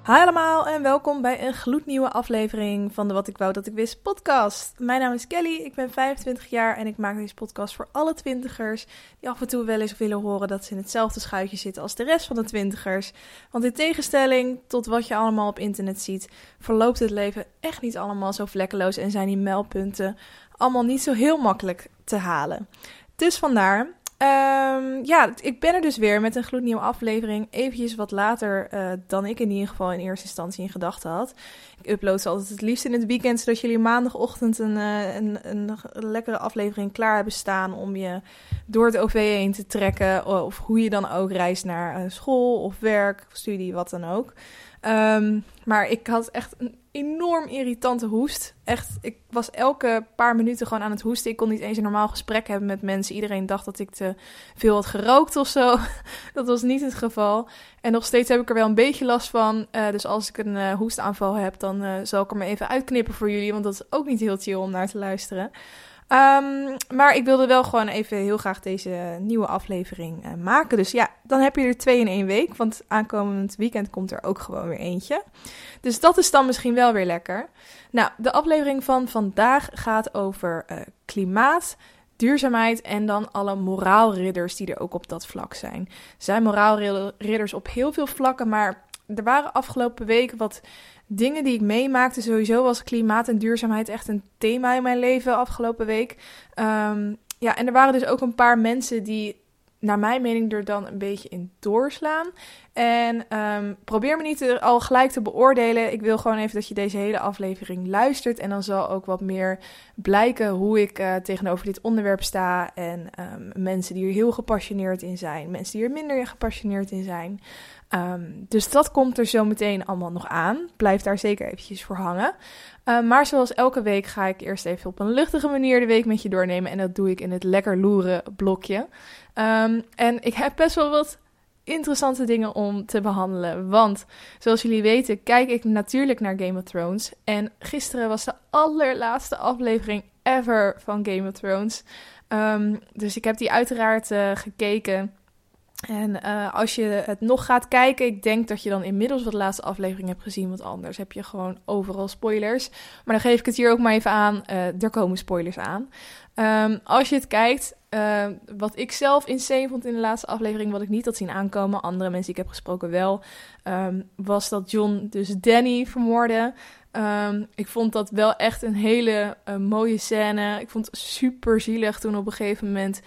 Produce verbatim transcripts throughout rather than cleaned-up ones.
Hi allemaal en welkom bij een gloednieuwe aflevering van de Wat ik wou dat ik wist podcast. Mijn naam is Kelly, ik ben vijfentwintig jaar en ik maak deze podcast voor alle twintigers die af en toe wel eens willen horen dat ze in hetzelfde schuitje zitten als de rest van de twintigers. Want in tegenstelling tot wat je allemaal op internet ziet, verloopt het leven echt niet allemaal zo vlekkeloos en zijn die mijlpunten allemaal niet zo heel makkelijk te halen. Dus vandaar... Um, ja, ik ben er dus weer met een gloednieuwe aflevering. Eventjes wat later uh, dan ik in ieder geval in eerste instantie in gedachten had. Ik upload ze altijd het liefst in het weekend, zodat jullie maandagochtend een, uh, een, een, een lekkere aflevering klaar hebben staan om je door het O V heen te trekken. Of hoe je dan ook reist naar uh, school of werk of studie, wat dan ook. Um, maar ik had echt een enorm irritante hoest. Echt, ik was elke paar minuten gewoon aan het hoesten. Ik kon niet eens een normaal gesprek hebben met mensen. Iedereen dacht dat ik te veel had gerookt of zo. Dat was niet het geval. En nog steeds heb ik er wel een beetje last van. Uh, dus als ik een uh, hoestaanval heb, dan uh, zal ik er maar even uitknippen voor jullie. Want dat is ook niet heel chill om naar te luisteren. Um, maar ik wilde wel gewoon even heel graag deze nieuwe aflevering uh, maken. Dus ja, dan heb je er twee in één week. Want aankomend weekend komt er ook gewoon weer eentje. Dus dat is dan misschien wel weer lekker. Nou, de aflevering van vandaag gaat over uh, klimaat, duurzaamheid en dan alle moraalridders die er ook op dat vlak zijn. Er zijn moraalridders op heel veel vlakken, maar er waren afgelopen week wat dingen die ik meemaakte. Sowieso was klimaat en duurzaamheid echt een thema in mijn leven afgelopen week. Um, ja, en er waren dus ook een paar mensen die naar mijn mening er dan een beetje in doorslaan. En um, probeer me niet te, al gelijk te beoordelen. Ik wil gewoon even dat je deze hele aflevering luistert. En dan zal ook wat meer blijken hoe ik uh, tegenover dit onderwerp sta. En um, mensen die er heel gepassioneerd in zijn. Mensen die er minder gepassioneerd in zijn. Um, dus dat komt er zo meteen allemaal nog aan. Blijf daar zeker eventjes voor hangen. Uh, maar zoals elke week ga ik eerst even op een luchtige manier de week met je doornemen. En dat doe ik in het lekker loeren blokje. Um, en ik heb best wel wat interessante dingen om te behandelen. Want zoals jullie weten kijk ik natuurlijk naar Game of Thrones. En gisteren was de allerlaatste aflevering ever van Game of Thrones. Um, dus ik heb die uiteraard uh, gekeken. En uh, als je het nog gaat kijken, ik denk dat je dan inmiddels wat laatste aflevering hebt gezien, want anders heb je gewoon overal spoilers. Maar dan geef ik het hier ook maar even aan, uh, er komen spoilers aan. Um, als je het kijkt, uh, wat ik zelf insane vond in de laatste aflevering, wat ik niet had zien aankomen, andere mensen die ik heb gesproken wel, um, was dat Jon dus Dany vermoordde. Um, ik vond dat wel echt een hele uh, mooie scène. Ik vond het super zielig toen op een gegeven moment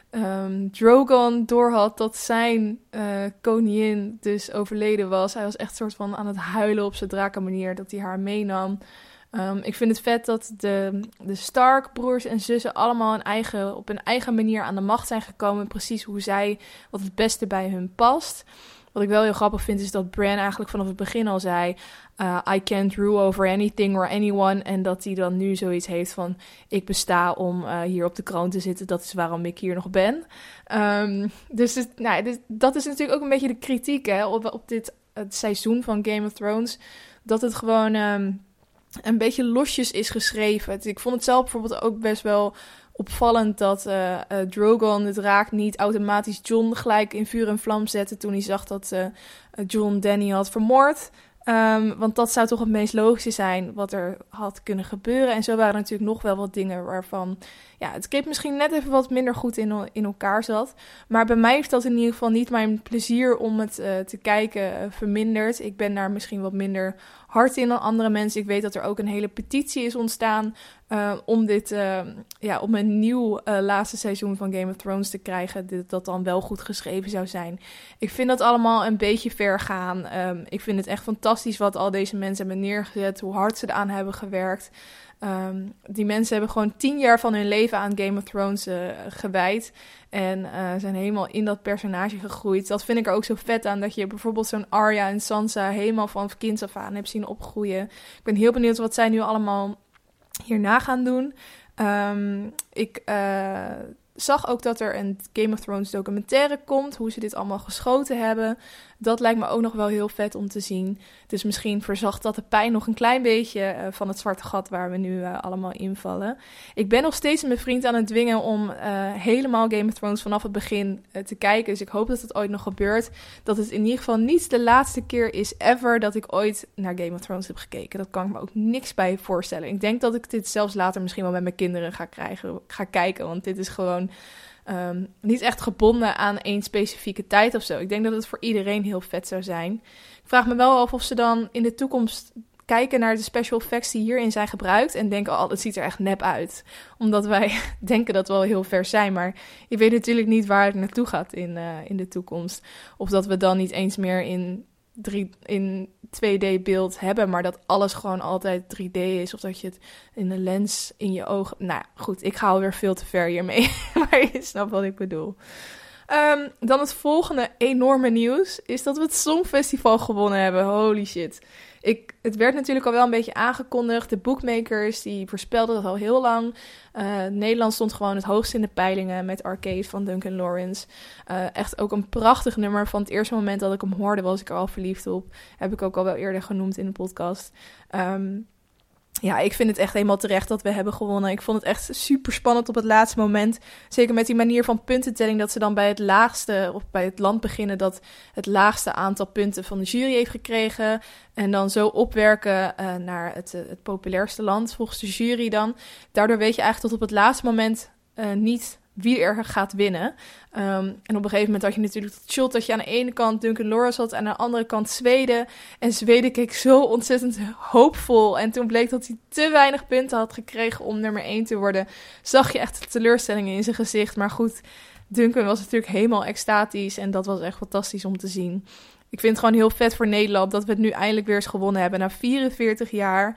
Um, Drogon doorhad dat zijn uh, koningin dus overleden was. Hij was echt soort van aan het huilen op zijn drakenmanier dat hij haar meenam. Um, ik vind het vet dat de, de Stark-broers en zussen allemaal een eigen, op hun eigen manier aan de macht zijn gekomen. Precies hoe zij, wat het beste bij hun past. Wat ik wel heel grappig vind is dat Bran eigenlijk vanaf het begin al zei, Uh, I can't rule over anything or anyone. En dat hij dan nu zoiets heeft van, ik besta om uh, hier op de kroon te zitten. Dat is waarom ik hier nog ben. Um, dus, het, nou, dus dat is natuurlijk ook een beetje de kritiek hè, op, op dit het seizoen van Game of Thrones. Dat het gewoon um, een beetje losjes is geschreven. Het, ik vond het zelf bijvoorbeeld ook best wel opvallend dat uh, uh, Drogon het raak niet automatisch Jon gelijk in vuur en vlam zette toen hij zag dat uh, Jon Dany had vermoord. Um, want dat zou toch het meest logische zijn wat er had kunnen gebeuren. En zo waren er natuurlijk nog wel wat dingen waarvan ja, het script misschien net even wat minder goed in, in elkaar zat. Maar bij mij heeft dat in ieder geval niet mijn plezier om het uh, te kijken uh, verminderd. Ik ben daar misschien wat minder hard in dan andere mensen. Ik weet dat er ook een hele petitie is ontstaan uh, om dit, uh, ja, om een nieuw uh, laatste seizoen van Game of Thrones te krijgen. Dat, dat dan wel goed geschreven zou zijn. Ik vind dat allemaal een beetje ver gaan. Um, ik vind het echt fantastisch wat al deze mensen hebben neergezet. Hoe hard ze eraan hebben gewerkt. Um, die mensen hebben gewoon tien jaar van hun leven aan Game of Thrones uh, gewijd. En uh, zijn helemaal in dat personage gegroeid. Dat vind ik er ook zo vet aan. Dat je bijvoorbeeld zo'n Arya en Sansa helemaal van kinds af aan hebt zien opgroeien. Ik ben heel benieuwd wat zij nu allemaal hierna gaan doen. Um, ik uh, zag ook dat er een Game of Thrones documentaire komt, hoe ze dit allemaal geschoten hebben. Dat lijkt me ook nog wel heel vet om te zien. Dus misschien verzacht dat de pijn nog een klein beetje uh, van het zwarte gat waar we nu uh, allemaal invallen. Ik ben nog steeds mijn vriend aan het dwingen om uh, helemaal Game of Thrones vanaf het begin uh, te kijken. Dus ik hoop dat het ooit nog gebeurt. Dat het in ieder geval niet de laatste keer is ever dat ik ooit naar Game of Thrones heb gekeken. Dat kan ik me ook niks bij voorstellen. Ik denk dat ik dit zelfs later misschien wel met mijn kinderen ga, krijgen, ga kijken. Want dit is gewoon um, niet echt gebonden aan één specifieke tijd of zo. Ik denk dat het voor iedereen heel vet zou zijn. Ik vraag me wel af of ze dan in de toekomst kijken naar de special effects die hierin zijn gebruikt en denken, oh, dat ziet er echt nep uit. Omdat wij denken dat we wel heel ver zijn, maar je weet natuurlijk niet waar het naartoe gaat in, uh, in de toekomst. Of dat we dan niet eens meer in, drie, in twee D beeld hebben, maar dat alles gewoon altijd drie D is. Of dat je het in een lens in je ogen... Nou goed, ik ga alweer veel te ver hiermee, maar je snapt wat ik bedoel. Um, dan het volgende enorme nieuws is dat we het Songfestival gewonnen hebben. Holy shit. Ik, het werd natuurlijk al wel een beetje aangekondigd. De bookmakers die voorspelden dat al heel lang. Uh, Nederland stond gewoon het hoogst in de peilingen met Arcade van Duncan Lawrence. Uh, echt ook een prachtig nummer. Van het eerste moment dat ik hem hoorde was ik er al verliefd op. Heb ik ook al wel eerder genoemd in de podcast. Um, Ja, ik vind het echt helemaal terecht dat we hebben gewonnen. Ik vond het echt super spannend op het laatste moment. Zeker met die manier van puntentelling dat ze dan bij het laagste, of bij het land beginnen, dat het laagste aantal punten van de jury heeft gekregen. En dan zo opwerken uh, naar het, uh, het populairste land volgens de jury dan. Daardoor weet je eigenlijk tot op het laatste moment uh, niet wie er gaat winnen. Um, en op een gegeven moment had je natuurlijk het shot dat je aan de ene kant Duncan Lawrence had en aan de andere kant Zweden. En Zweden keek zo ontzettend hoopvol. En toen bleek dat hij te weinig punten had gekregen om nummer één te worden. Zag je echt de teleurstelling in zijn gezicht. Maar goed, Duncan was natuurlijk helemaal extatisch en dat was echt fantastisch om te zien. Ik vind het gewoon heel vet voor Nederland dat we het nu eindelijk weer eens gewonnen hebben na vierenveertig jaar.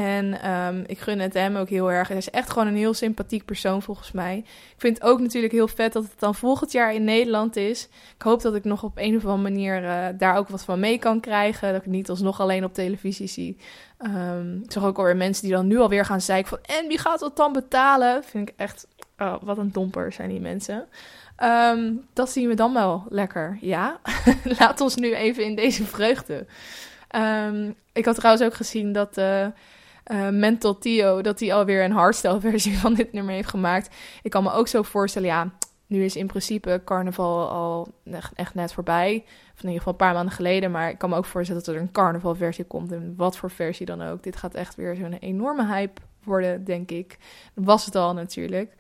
En um, ik gun het hem ook heel erg. Hij is echt gewoon een heel sympathiek persoon volgens mij. Ik vind het ook natuurlijk heel vet dat het dan volgend jaar in Nederland is. Ik hoop dat ik nog op een of andere manier uh, daar ook wat van mee kan krijgen. Dat ik het niet alsnog alleen op televisie zie. Um, ik zag ook alweer mensen die dan nu alweer gaan zeiken van, en wie gaat dat dan betalen? Vind ik echt, oh, wat een domper zijn die mensen. Um, dat zien we dan wel lekker, ja. Laat ons nu even in deze vreugde. Um, ik had trouwens ook gezien dat uh, uh, Mental Theo, dat hij alweer een hardstyle versie van dit nummer heeft gemaakt. Ik kan me ook zo voorstellen, ja, nu is in principe carnaval al echt, echt net voorbij. Of in ieder geval een paar maanden geleden. Maar ik kan me ook voorstellen dat er een carnavalversie komt. En wat voor versie dan ook. Dit gaat echt weer zo'n enorme hype worden, denk ik. Dat was het al natuurlijk.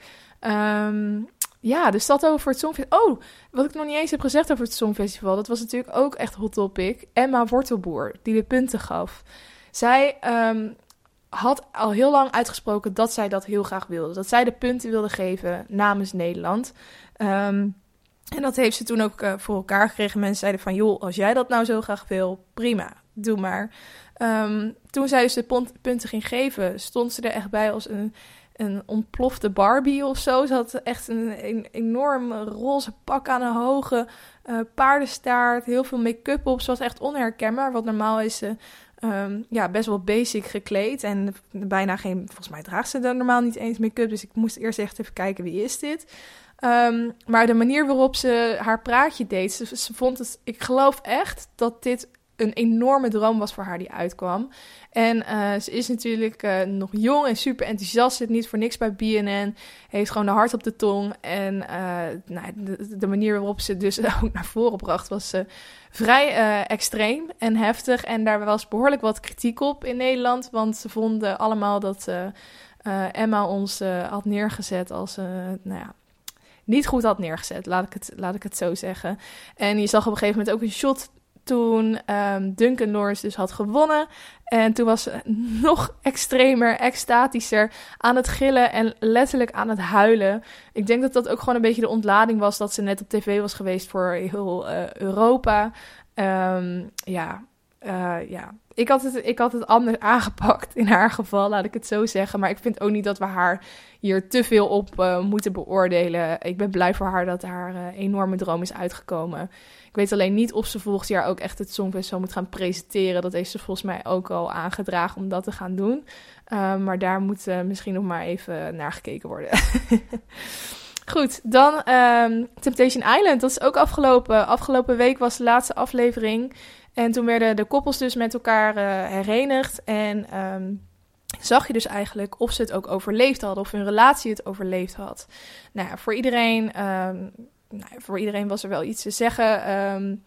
Um, Ja, dus dat over het Songfestival. Oh, wat ik nog niet eens heb gezegd over het Songfestival. Dat was natuurlijk ook echt hot topic. Emma Wortelboer, die de punten gaf. Zij um, had al heel lang uitgesproken dat zij dat heel graag wilde. Dat zij de punten wilde geven namens Nederland. Um, en dat heeft ze toen ook uh, voor elkaar gekregen. Mensen zeiden van, joh, als jij dat nou zo graag wil, prima, doe maar. Um, toen zij dus de pont- punten ging geven, stond ze er echt bij als een... een ontplofte Barbie of zo. Ze had echt een, een enorm roze pak aan, een hoge uh, paardenstaart, heel veel make-up op. Ze was echt onherkenbaar, want normaal is ze um, ja, best wel basic gekleed. En bijna geen, volgens mij draagt ze dan normaal niet eens make-up. Dus ik moest eerst echt even kijken, wie is dit? Um, maar de manier waarop ze haar praatje deed, ze, ze vond het, ik geloof echt dat dit een enorme droom was voor haar die uitkwam. En uh, ze is natuurlijk uh, nog jong en super enthousiast. Zit niet voor niks bij B N N. Heeft gewoon de hart op de tong. En uh, nou, de, de manier waarop ze dus ook naar voren bracht was uh, vrij uh, extreem en heftig. En daar was behoorlijk wat kritiek op in Nederland. Want ze vonden allemaal dat uh, uh, Emma ons uh, had neergezet als... Uh, nou ja, niet goed had neergezet, laat ik, het, laat ik het zo zeggen. En je zag op een gegeven moment ook een shot... toen um, Duncan Lawrence dus had gewonnen. En toen was ze nog extremer, extatischer aan het gillen en letterlijk aan het huilen. Ik denk dat dat ook gewoon een beetje de ontlading was dat ze net op tv was geweest voor heel uh, Europa. Um, ja, uh, ja. Ik had, het, ik had het anders aangepakt in haar geval, laat ik het zo zeggen. Maar ik vind ook niet dat we haar hier te veel op uh, moeten beoordelen. Ik ben blij voor haar dat haar uh, enorme droom is uitgekomen. Ik weet alleen niet of ze volgend jaar ook echt het Songfestival moet gaan presenteren. Dat heeft ze volgens mij ook al aangedragen om dat te gaan doen. Uh, maar daar moet uh, misschien nog maar even naar gekeken worden. Goed, dan um, Temptation Island. Dat is ook afgelopen. Afgelopen week was de laatste aflevering. En toen werden de koppels dus met elkaar uh, herenigd. En um, zag je dus eigenlijk of ze het ook overleefd hadden. Of hun relatie het overleefd had. Nou ja, voor iedereen, um, nou, voor iedereen was er wel iets te zeggen. Um,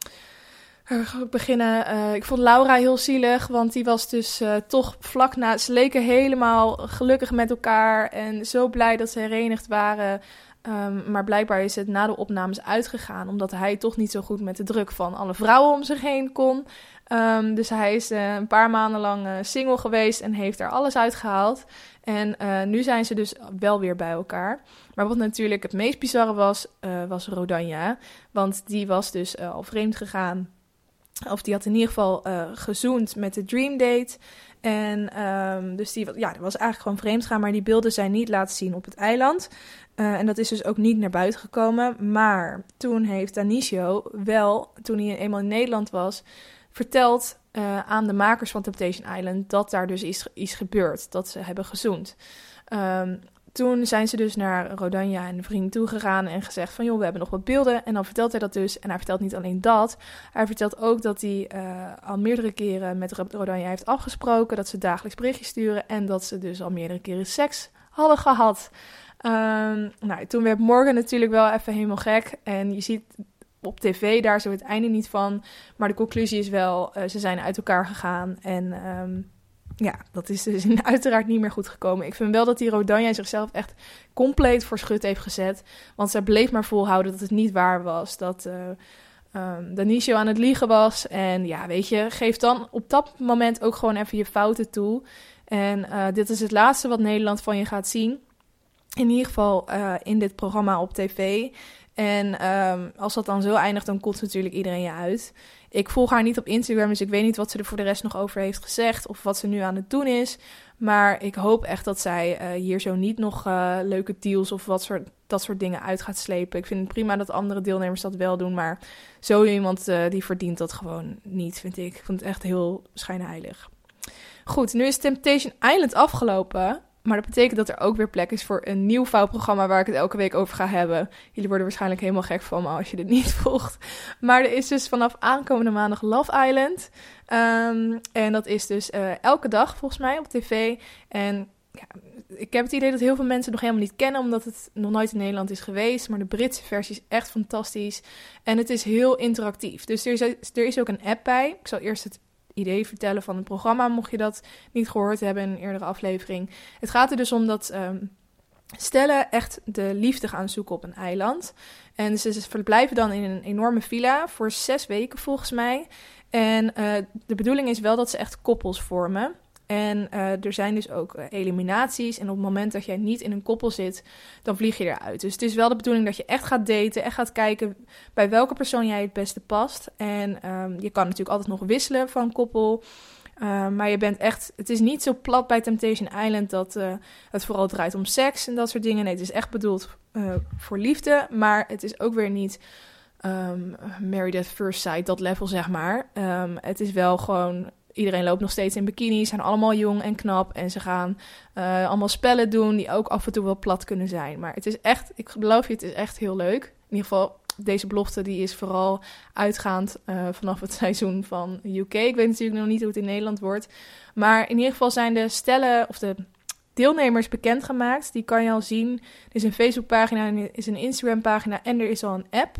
Ik beginnen. Uh, ik vond Laura heel zielig, want die was dus uh, toch vlak na... Ze leken helemaal gelukkig met elkaar en zo blij dat ze herenigd waren. Um, maar blijkbaar is het na de opnames uitgegaan, omdat hij toch niet zo goed met de druk van alle vrouwen om zich heen kon. Um, dus hij is uh, een paar maanden lang uh, single geweest en heeft er alles uitgehaald. En uh, nu zijn ze dus wel weer bij elkaar. Maar wat natuurlijk het meest bizarre was, uh, was Rodanja. Want die was dus uh, al vreemd gegaan. Of die had in ieder geval uh, gezoend met de Dream Date. En um, dus die ja, dat was eigenlijk gewoon vreemd gaan. Maar die beelden zijn niet laten zien op het eiland. Uh, en dat is dus ook niet naar buiten gekomen. Maar toen heeft Danicio wel, toen hij eenmaal in Nederland was, verteld uh, aan de makers van Temptation Island dat daar dus iets, iets gebeurd. Dat ze hebben gezoend. Um, Toen zijn ze dus naar Rodanja en de vriend toegegaan en gezegd van joh, we hebben nog wat beelden. En dan vertelt hij dat dus. En hij vertelt niet alleen dat. Hij vertelt ook dat hij uh, al meerdere keren met Rodanja heeft afgesproken. Dat ze dagelijks berichtjes sturen. En dat ze dus al meerdere keren seks hadden gehad. Um, nou, toen werd Morgan natuurlijk wel even helemaal gek. En je ziet op tv daar zo het einde niet van. Maar de conclusie is wel, uh, ze zijn uit elkaar gegaan. En um, ja, dat is dus uiteraard niet meer goed gekomen. Ik vind wel dat die Rodanja zichzelf echt compleet voor schut heeft gezet. Want zij bleef maar volhouden dat het niet waar was. Dat uh, um, Danicio aan het liegen was. En ja, weet je, geef dan op dat moment ook gewoon even je fouten toe. En uh, dit is het laatste wat Nederland van je gaat zien. In ieder geval uh, in dit programma op tv. En um, als dat dan zo eindigt, dan komt natuurlijk iedereen je uit. Ik volg haar niet op Instagram, dus ik weet niet wat ze er voor de rest nog over heeft gezegd. Of wat ze nu aan het doen is. Maar ik hoop echt dat zij uh, hier zo niet nog uh, leuke deals of wat soort, dat soort dingen uit gaat slepen. Ik vind het prima dat andere deelnemers dat wel doen. Maar zo iemand uh, die verdient dat gewoon niet, vind ik. Ik vind het echt heel schijnheilig. Goed, nu is Temptation Island afgelopen. Maar dat betekent dat er ook weer plek is voor een nieuw vouwprogramma waar ik het elke week over ga hebben. Jullie worden waarschijnlijk helemaal gek van me als je dit niet volgt. Maar er is dus vanaf aankomende maandag Love Island. Um, en dat is dus uh, elke dag volgens mij op tv. En ja, ik heb het idee dat heel veel mensen het nog helemaal niet kennen, omdat het nog nooit in Nederland is geweest. Maar de Britse versie is echt fantastisch. En het is heel interactief. Dus er is, er is ook een app bij. Ik zal eerst het idee vertellen van het programma, mocht je dat niet gehoord hebben in een eerdere aflevering. Het gaat er dus om dat um, stellen echt de liefde gaan zoeken op een eiland. En ze verblijven dan in een enorme villa voor zes weken volgens mij. En uh, de bedoeling is wel dat ze echt koppels vormen. En uh, er zijn dus ook uh, eliminaties. En op het moment dat jij niet in een koppel zit, dan vlieg je eruit. Dus het is wel de bedoeling dat je echt gaat daten. Echt gaat kijken bij welke persoon jij het beste past. En um, je kan natuurlijk altijd nog wisselen van koppel. Uh, maar je bent echt... Het is niet zo plat bij Temptation Island dat uh, het vooral draait om seks en dat soort dingen. Nee, het is echt bedoeld uh, voor liefde. Maar het is ook weer niet um, Married at First Sight, dat level zeg maar. Um, het is wel gewoon... Iedereen loopt nog steeds in bikini, zijn allemaal jong en knap. En ze gaan uh, allemaal spellen doen die ook af en toe wel plat kunnen zijn. Maar het is echt, ik beloof je, het is echt heel leuk. In ieder geval, deze belofte die is vooral uitgaand uh, vanaf het seizoen van U K. Ik weet natuurlijk nog niet hoe het in Nederland wordt. Maar in ieder geval zijn de stellen of de deelnemers bekendgemaakt. Die kan je al zien. Er is een Facebookpagina, er is een Instagram-pagina en er is al een app.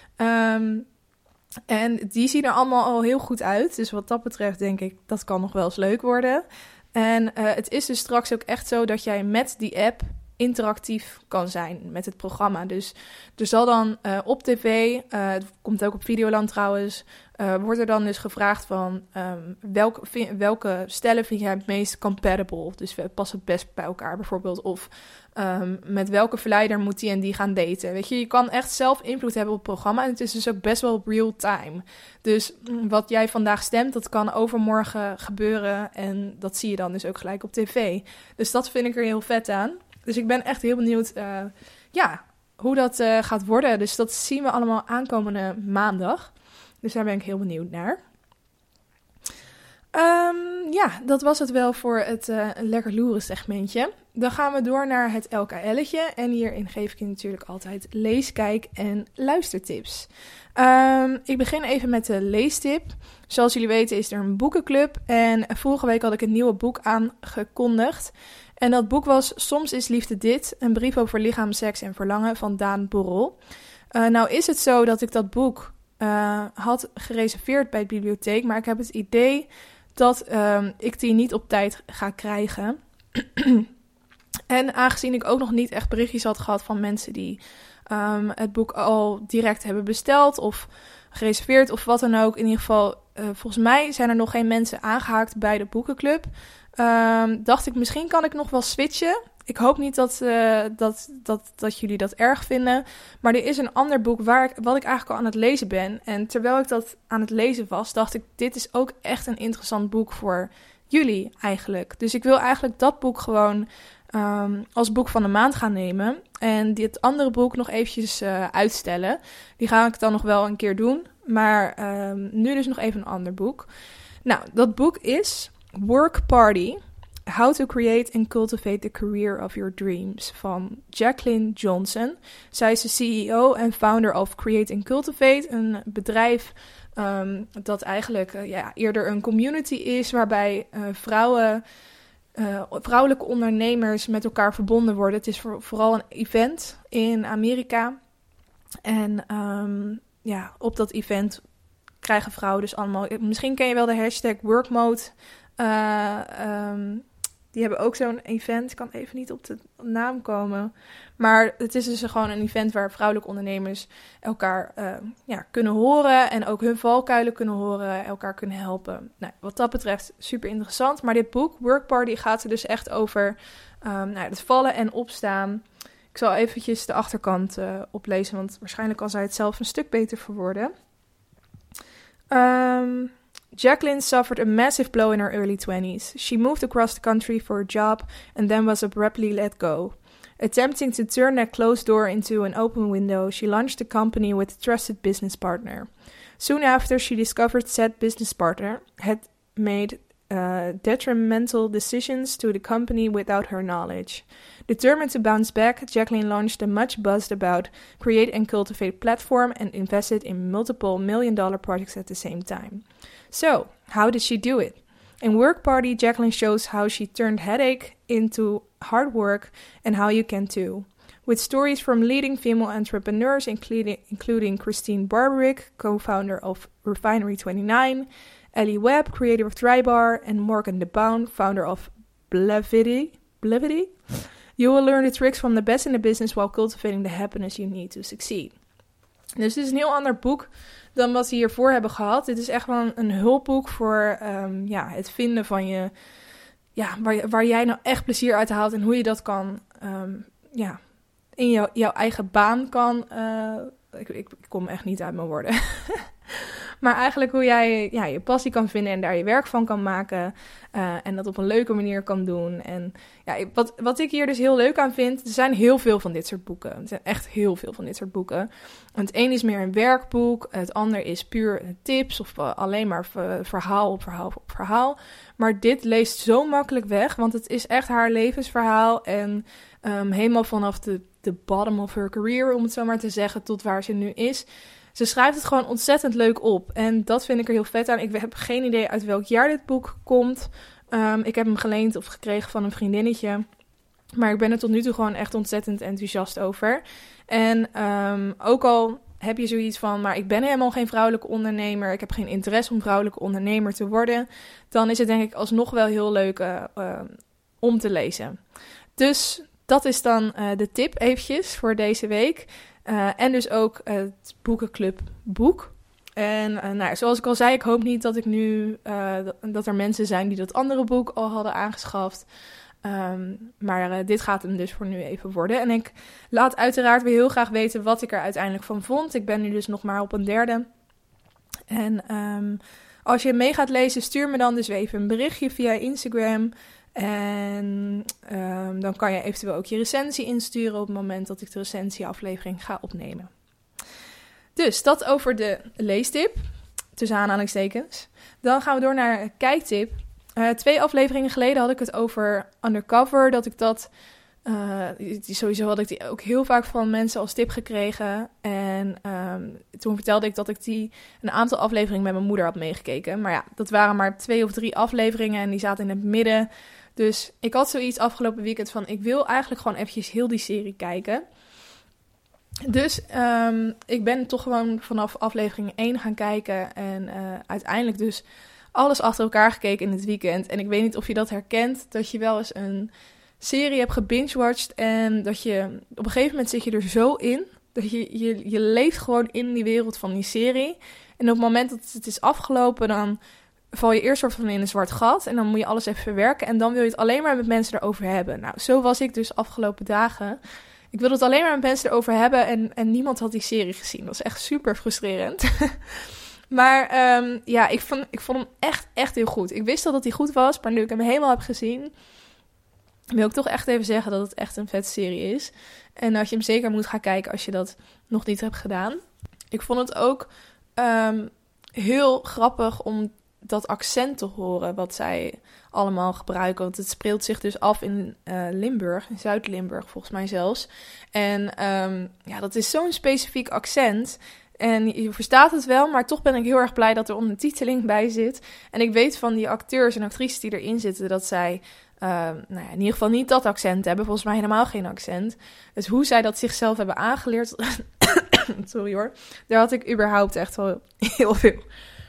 Um, En die zien er allemaal al heel goed uit. Dus wat dat betreft denk ik, dat kan nog wel eens leuk worden. En uh, het is dus straks ook echt zo dat jij met die app interactief kan zijn met het programma. Dus er zal dan uh, op tv, uh, het komt ook op Videoland trouwens, uh, wordt er dan dus gevraagd van um, welke, vind, welke stellen vind jij het meest compatible? Dus we passen het best bij elkaar bijvoorbeeld. Of um, met welke verleider moet die en die gaan daten? Weet je, je kan echt zelf invloed hebben op het programma. En het is dus ook best wel real time. Dus wat jij vandaag stemt, dat kan overmorgen gebeuren. En dat zie je dan dus ook gelijk op tv. Dus dat vind ik er heel vet aan. Dus ik ben echt heel benieuwd uh, ja, hoe dat uh, gaat worden. Dus dat zien we allemaal aankomende maandag. Dus daar ben ik heel benieuwd naar. Um, ja, dat was het wel voor het uh, lekker loeren segmentje. Dan gaan we door naar het L K L'tje. En hierin geef ik je natuurlijk altijd lees, kijk en luistertips. Um, ik begin even met de leestip. Zoals jullie weten is er een boekenclub. En vorige week had ik een nieuwe boek aangekondigd. En dat boek was Soms is liefde dit. Een brief over lichaam, seks en verlangen van Daan Borrel. Uh, nou is het zo dat ik dat boek uh, had gereserveerd bij de bibliotheek. Maar ik heb het idee dat um, ik die niet op tijd ga krijgen. En aangezien ik ook nog niet echt berichtjes had gehad van mensen die um, het boek al direct hebben besteld of gereserveerd of wat dan ook. In ieder geval, uh, volgens mij zijn er nog geen mensen aangehaakt bij de boekenclub. Um, dacht ik, misschien kan ik nog wel switchen. Ik hoop niet dat, uh, dat, dat, dat jullie dat erg vinden. Maar er is een ander boek waar ik, wat ik eigenlijk al aan het lezen ben. En terwijl ik dat aan het lezen was, dacht ik, dit is ook echt een interessant boek voor jullie eigenlijk. Dus ik wil eigenlijk dat boek gewoon um, als boek van de maand gaan nemen. En dit andere boek nog eventjes uh, uitstellen. Die ga ik dan nog wel een keer doen. Maar um, nu dus nog even een ander boek. Nou, dat boek is Work Party. How to Create and Cultivate the Career of Your Dreams van Jacqueline Johnson. Zij is de C E O en founder of Create and Cultivate, een bedrijf um, dat eigenlijk uh, ja, eerder een community is waarbij uh, vrouwen, uh, vrouwelijke ondernemers met elkaar verbonden worden. Het is voor, vooral een event in Amerika. En um, ja, op dat event krijgen vrouwen dus allemaal... Misschien ken je wel de hashtag workmode. Uh, um, die hebben ook zo'n event. Ik kan even niet op de naam komen. Maar het is dus gewoon een event waar vrouwelijke ondernemers elkaar uh, ja, kunnen horen. En ook hun valkuilen kunnen horen. Elkaar kunnen helpen. Nou, wat dat betreft super interessant. Maar dit boek, Work Party, gaat er dus echt over um, nou, het vallen en opstaan. Ik zal eventjes de achterkant uh, oplezen. Want waarschijnlijk kan zij het zelf een stuk beter verwoorden. Um, Jacqueline suffered a massive blow in her early twenties. She moved across the country for a job and then was abruptly let go. Attempting to turn that closed door into an open window, she launched the company with a trusted business partner. Soon after, she discovered said business partner had made uh, detrimental decisions to the company without her knowledge. Determined to bounce back, Jacqueline launched a much buzzed about Create and Cultivate platform and invested in multiple million dollar projects at the same time. So, how did she do it? In Work Party, Jacqueline shows how she turned headache into hard work and how you can too. With stories from leading female entrepreneurs, including, including Christine Barbarick, co-founder of Refinery twenty-nine, Ellie Webb, creator of Drybar, and Morgan DeBaun, founder of Blevity. Blevity? You will learn the tricks from the best in the business while cultivating the happiness you need to succeed. Dus dit is een heel ander boek dan wat we hiervoor hebben gehad. Dit is echt wel een, een hulpboek voor um, ja, het vinden van je... Ja, waar, waar jij nou echt plezier uit haalt en hoe je dat kan... Um, ja, in jou, jouw eigen baan kan... Uh, ik, ik, ik kom echt niet uit mijn woorden. Maar eigenlijk hoe jij ja, je passie kan vinden en daar je werk van kan maken. Uh, en dat op een leuke manier kan doen. En ja, wat, wat ik hier dus heel leuk aan vind, er zijn heel veel van dit soort boeken. Er zijn echt heel veel van dit soort boeken. Het een is meer een werkboek, het ander is puur tips of uh, alleen maar verhaal op verhaal op verhaal. Maar dit leest zo makkelijk weg, want het is echt haar levensverhaal. En um, helemaal vanaf de, de bottom of her career, om het zo maar te zeggen, tot waar ze nu is. Ze schrijft het gewoon ontzettend leuk op. En dat vind ik er heel vet aan. Ik heb geen idee uit welk jaar dit boek komt. Um, ik heb hem geleend of gekregen van een vriendinnetje. Maar ik ben er tot nu toe gewoon echt ontzettend enthousiast over. En um, ook al heb je zoiets van... maar ik ben helemaal geen vrouwelijke ondernemer. Ik heb geen interesse om vrouwelijke ondernemer te worden. Dan is het denk ik alsnog wel heel leuk uh, uh, om te lezen. Dus dat is dan uh, de tip eventjes voor deze week... Uh, en dus ook het boekenclub boek. En uh, nou, zoals ik al zei, ik hoop niet dat ik nu uh, dat, dat er mensen zijn die dat andere boek al hadden aangeschaft. Um, maar uh, dit gaat hem dus voor nu even worden. En ik laat uiteraard weer heel graag weten wat ik er uiteindelijk van vond. Ik ben nu dus nog maar op een derde. En um, als je mee gaat lezen, stuur me dan dus even een berichtje via Instagram. En um, dan kan je eventueel ook je recensie insturen op het moment dat ik de recensieaflevering ga opnemen. Dus dat over de leestip. tussen aanhalingstekens. Dan gaan we door naar een kijktip. Uh, twee afleveringen geleden had ik het over Undercover. Dat ik dat... Uh, die, sowieso had ik die ook heel vaak van mensen als tip gekregen. En um, toen vertelde ik dat ik die een aantal afleveringen met mijn moeder had meegekeken. Maar ja, dat waren maar twee of drie afleveringen en die zaten in het midden. Dus ik had zoiets afgelopen weekend van... ik wil eigenlijk gewoon eventjes heel die serie kijken. Dus um, ik ben toch gewoon vanaf aflevering één gaan kijken. En uh, uiteindelijk dus alles achter elkaar gekeken in het weekend. En ik weet niet of je dat herkent, dat je wel eens een serie hebt gebingewatcht en dat je op een gegeven moment zit je er zo in, dat je, je, je leeft gewoon in die wereld van die serie. En op het moment dat het is afgelopen, dan val je eerst soort van in een zwart gat en dan moet je alles even verwerken en dan wil je het alleen maar met mensen erover hebben. Nou, zo was ik dus afgelopen dagen. Ik wilde het alleen maar met mensen erover hebben en, en niemand had die serie gezien. Dat was echt super frustrerend. Maar um, ja, ik vond, ik vond hem echt, echt heel goed. Ik wist al dat hij goed was, maar nu ik hem helemaal heb gezien, wil ik toch echt even zeggen dat het echt een vet serie is. En dat je hem zeker moet gaan kijken als je dat nog niet hebt gedaan. Ik vond het ook um, heel grappig om dat accent te horen wat zij allemaal gebruiken. Want het speelt zich dus af in uh, Limburg, in Zuid-Limburg volgens mij zelfs. En um, ja, dat is zo'n specifiek accent. En je verstaat het wel, maar toch ben ik heel erg blij dat er ondertiteling bij zit. En ik weet van die acteurs en actrices die erin zitten dat zij Uh, nou ja, in ieder geval niet dat accent hebben. Volgens mij helemaal geen accent. Dus hoe zij dat zichzelf hebben aangeleerd... Sorry hoor. Daar had ik überhaupt echt wel heel veel...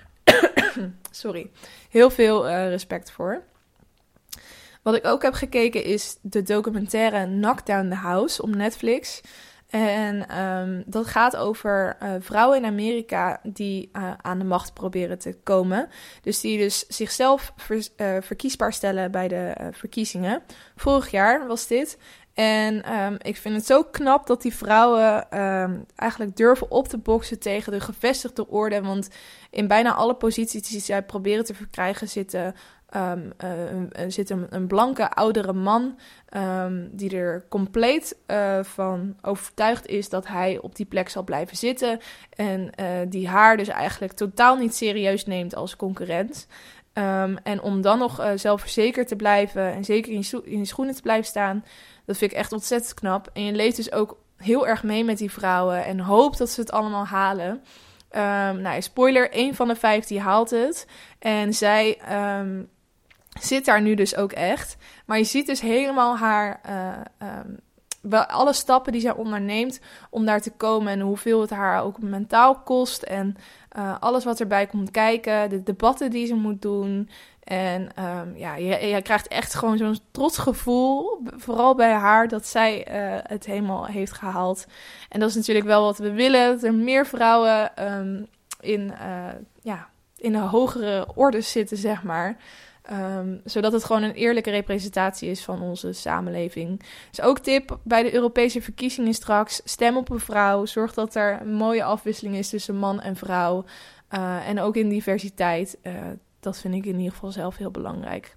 Sorry. Heel veel uh, respect voor. Wat ik ook heb gekeken is de documentaire Knock Down the House op Netflix. En um, dat gaat over uh, vrouwen in Amerika die uh, aan de macht proberen te komen. Dus die dus zichzelf ver, uh, verkiesbaar stellen bij de uh, verkiezingen. Vorig jaar was dit. En um, ik vind het zo knap dat die vrouwen um, eigenlijk durven op te boksen tegen de gevestigde orde. Want in bijna alle posities die zij proberen te verkrijgen zitten... Um, uh, uh, zit een, een blanke oudere man um, die er compleet uh, van overtuigd is dat hij op die plek zal blijven zitten. En uh, die haar dus eigenlijk totaal niet serieus neemt als concurrent. Um, en om dan nog uh, zelfverzekerd te blijven en zeker in je, so- in je schoenen te blijven staan, dat vind ik echt ontzettend knap. En je leeft dus ook heel erg mee met die vrouwen en hoopt dat ze het allemaal halen. Um, nou, spoiler, één van de vijf die haalt het. En zij um, zit daar nu dus ook echt. Maar je ziet dus helemaal haar... Uh, um, wel alle stappen die zij onderneemt om daar te komen en hoeveel het haar ook mentaal kost en uh, alles wat erbij komt kijken, de debatten die ze moet doen. En um, ja, je, je krijgt echt gewoon zo'n trots gevoel, vooral bij haar, dat zij uh, het helemaal heeft gehaald. En dat is natuurlijk wel wat we willen, dat er meer vrouwen um, in, uh, ja, in de hogere ordes zitten, zeg maar. Um, zodat het gewoon een eerlijke representatie is van onze samenleving. Dus ook tip bij de Europese verkiezingen straks. Stem op een vrouw. Zorg dat er een mooie afwisseling is tussen man en vrouw. Uh, en ook in diversiteit. Uh, dat vind ik in ieder geval zelf heel belangrijk.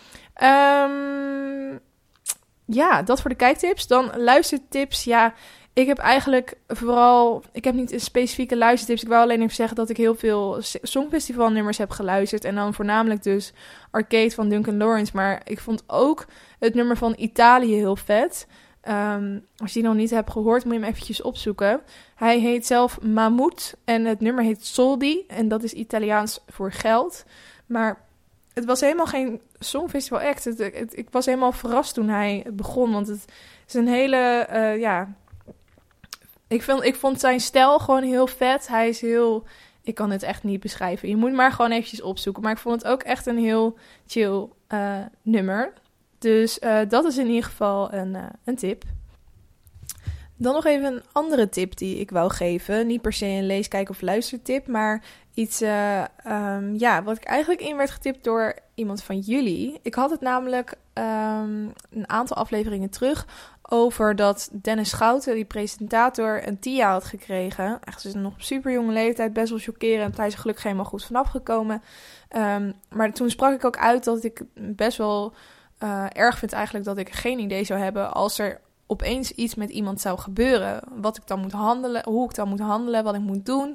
Um, ja, dat voor de kijktips. Dan luistertips. Ja, ik heb eigenlijk vooral... Ik heb niet een specifieke luistertips. Ik wou alleen even zeggen dat ik heel veel songfestivalnummers heb geluisterd. En dan voornamelijk dus Arcade van Duncan Lawrence. Maar ik vond ook het nummer van Italië heel vet. Um, als je die nog niet hebt gehoord, moet je hem eventjes opzoeken. Hij heet zelf Mahmood en het nummer heet Soldi. En dat is Italiaans voor geld. Maar het was helemaal geen songfestival act. Het, het, ik was helemaal verrast toen hij begon. Want het is een hele... Uh, ja... Ik vond, ik vond zijn stijl gewoon heel vet. Hij is heel... Ik kan het echt niet beschrijven. Je moet maar gewoon eventjes opzoeken. Maar ik vond het ook echt een heel chill uh, nummer. Dus uh, dat is in ieder geval een, uh, een tip. Dan nog even een andere tip die ik wou geven. Niet per se een lees, kijk of luistertip. Maar iets uh, um, ja, wat ik eigenlijk in werd getipt door iemand van jullie. Ik had het namelijk um, een aantal afleveringen terug over dat Dennis Schouten, die presentator, een T I A had gekregen. Echt dus nog op super jonge leeftijd, best wel chockerend. Hij is er gelukkig helemaal goed vanaf gekomen. Um, maar toen sprak ik ook uit dat ik best wel uh, erg vind eigenlijk dat ik geen idee zou hebben als er opeens iets met iemand zou gebeuren. Wat ik dan moet handelen, hoe ik dan moet handelen, wat ik moet doen.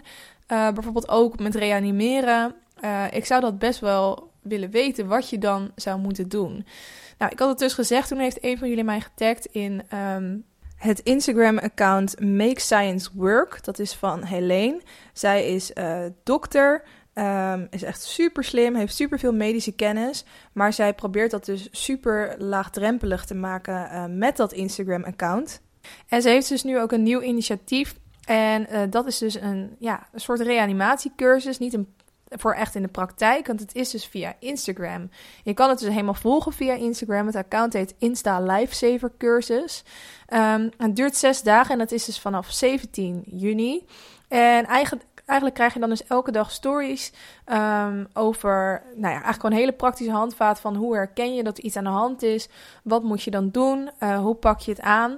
Uh, bijvoorbeeld ook met reanimeren. Uh, ik zou dat best wel willen weten wat je dan zou moeten doen. Nou, ik had het dus gezegd, toen heeft een van jullie mij getagd in um, het Instagram-account Make Science Work. Dat is van Helene. Zij is uh, dokter, um, is echt super slim, heeft super veel medische kennis. Maar zij probeert dat dus super laagdrempelig te maken uh, met dat Instagram-account. En ze heeft dus nu ook een nieuw initiatief. En uh, dat is dus een, ja, een soort reanimatiecursus, niet een voor echt in de praktijk, want het is dus via Instagram. Je kan het dus helemaal volgen via Instagram. Het account heet Insta Lifesaver Cursus. Um, het duurt zes dagen en dat is dus vanaf zeventien juni. En eigenlijk, eigenlijk krijg je dan dus elke dag stories um, over, nou ja, eigenlijk gewoon een hele praktische handvaat van hoe herken je dat er iets aan de hand is, wat moet je dan doen, uh, hoe pak je het aan.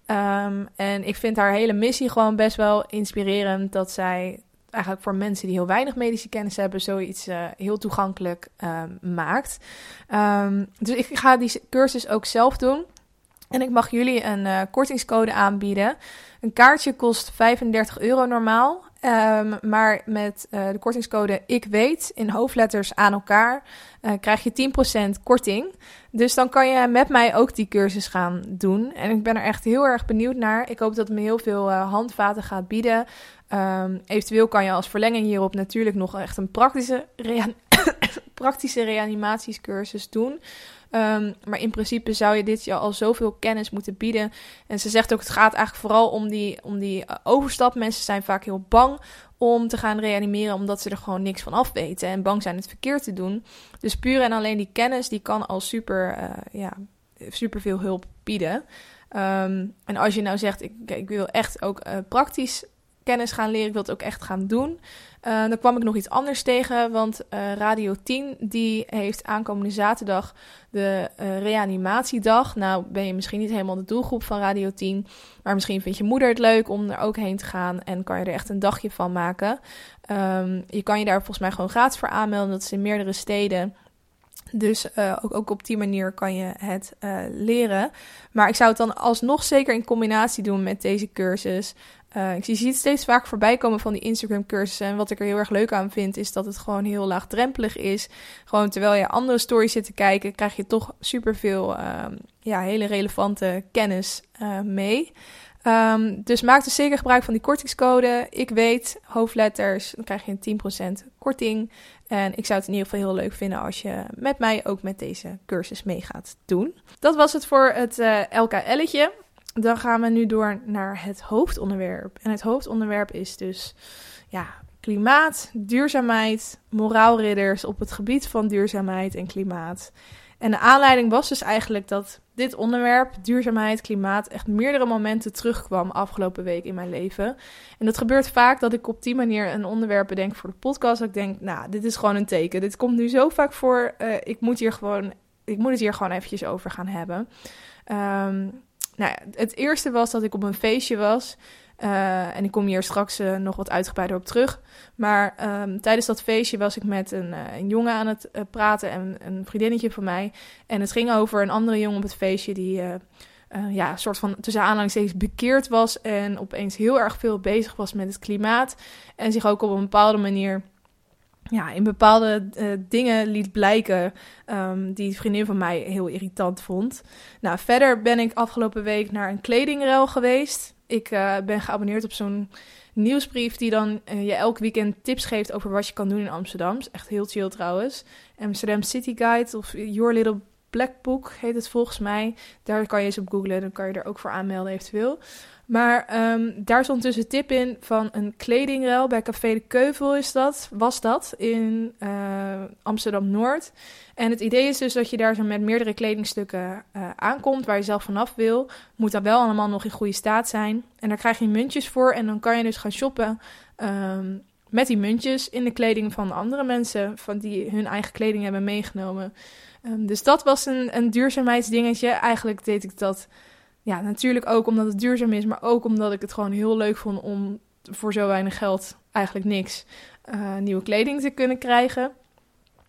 Um, en ik vind haar hele missie gewoon best wel inspirerend, dat zij eigenlijk voor mensen die heel weinig medische kennis hebben, zoiets uh, heel toegankelijk uh, maakt. Um, dus ik ga die cursus ook zelf doen. En ik mag jullie een uh, kortingscode aanbieden. Een kaartje kost vijfendertig euro normaal. Um, maar met uh, de kortingscode Ik Weet in hoofdletters aan elkaar uh, krijg je tien procent korting. Dus dan kan je met mij ook die cursus gaan doen. En ik ben er echt heel erg benieuwd naar. Ik hoop dat het me heel veel uh, handvaten gaat bieden. Um, eventueel kan je als verlenging hierop natuurlijk nog echt een praktische, rea- praktische reanimatiescursus doen. Um, maar in principe zou je dit je al zoveel kennis moeten bieden. En ze zegt ook, het gaat eigenlijk vooral om die, om die uh, overstap. Mensen zijn vaak heel bang om te gaan reanimeren, omdat ze er gewoon niks van af weten. En bang zijn het verkeerd te doen. Dus puur en alleen die kennis, die kan al super, uh, ja, super veel hulp bieden. Um, en als je nou zegt, ik, ik wil echt ook uh, praktisch kennis gaan leren, ik wil het ook echt gaan doen. Uh, dan kwam ik nog iets anders tegen, want uh, Radio tien, die heeft aankomende zaterdag de uh, reanimatiedag. Nou ben je misschien niet helemaal de doelgroep van Radio tien, maar misschien vindt je moeder het leuk om er ook heen te gaan en kan je er echt een dagje van maken. Um, je kan je daar volgens mij gewoon gratis voor aanmelden, dat is in meerdere steden. Dus uh, ook, ook op die manier kan je het uh, leren. Maar ik zou het dan alsnog zeker in combinatie doen met deze cursus. Uh, ik zie, zie het steeds vaak voorbij komen van die Instagram-cursussen. En wat ik er heel erg leuk aan vind, is dat het gewoon heel laagdrempelig is. Gewoon terwijl je andere stories zit te kijken, krijg je toch superveel uh, ja, hele relevante kennis uh, mee. Um, dus maak dus zeker gebruik van die kortingscode. Ik weet, hoofdletters, dan krijg je een tien procent korting. En ik zou het in ieder geval heel leuk vinden als je met mij ook met deze cursus mee gaat doen. Dat was het voor het uh, L K L'tje. Dan gaan we nu door naar het hoofdonderwerp. En het hoofdonderwerp is dus ja, klimaat, duurzaamheid, moraalridders op het gebied van duurzaamheid en klimaat. En de aanleiding was dus eigenlijk dat dit onderwerp, duurzaamheid, klimaat, echt meerdere momenten terugkwam afgelopen week in mijn leven. En dat gebeurt vaak dat ik op die manier een onderwerp bedenk voor de podcast. Dat ik denk, nou, dit is gewoon een teken. Dit komt nu zo vaak voor. Uh, ik moet hier gewoon, ik moet het hier gewoon eventjes over gaan hebben. Um, nou ja, het eerste was dat ik op een feestje was. Uh, en ik kom hier straks uh, nog wat uitgebreider op terug. Maar um, tijdens dat feestje was ik met een, uh, een jongen aan het uh, praten en een vriendinnetje van mij. En het ging over een andere jongen op het feestje die uh, uh, ja, een soort van tussen aanhalingstekens bekeerd was. En opeens heel erg veel bezig was met het klimaat. En zich ook op een bepaalde manier ja, in bepaalde uh, dingen liet blijken um, die een vriendin van mij heel irritant vond. Nou, verder ben ik afgelopen week naar een kledingruil geweest. Ik uh, ben geabonneerd op zo'n nieuwsbrief die dan uh, je elk weekend tips geeft over wat je kan doen in Amsterdam. Is echt heel chill trouwens. Amsterdam City Guide of Your Little Black Book heet het volgens mij. Daar kan je eens op googlen, dan kan je er ook voor aanmelden eventueel. Maar um, daar stond dus een tip in van een kledingruil bij Café de Keuvel is dat, was dat, in uh, Amsterdam-Noord. En het idee is dus dat je daar zo met meerdere kledingstukken uh, aankomt waar je zelf vanaf wil. Moet dat wel allemaal nog in goede staat zijn. En daar krijg je muntjes voor en dan kan je dus gaan shoppen um, met die muntjes in de kleding van andere mensen van die hun eigen kleding hebben meegenomen. Um, dus dat was een, een duurzaamheidsdingetje. Eigenlijk deed ik dat ja, natuurlijk ook omdat het duurzaam is, maar ook omdat ik het gewoon heel leuk vond om voor zo weinig geld, eigenlijk niks, uh, nieuwe kleding te kunnen krijgen.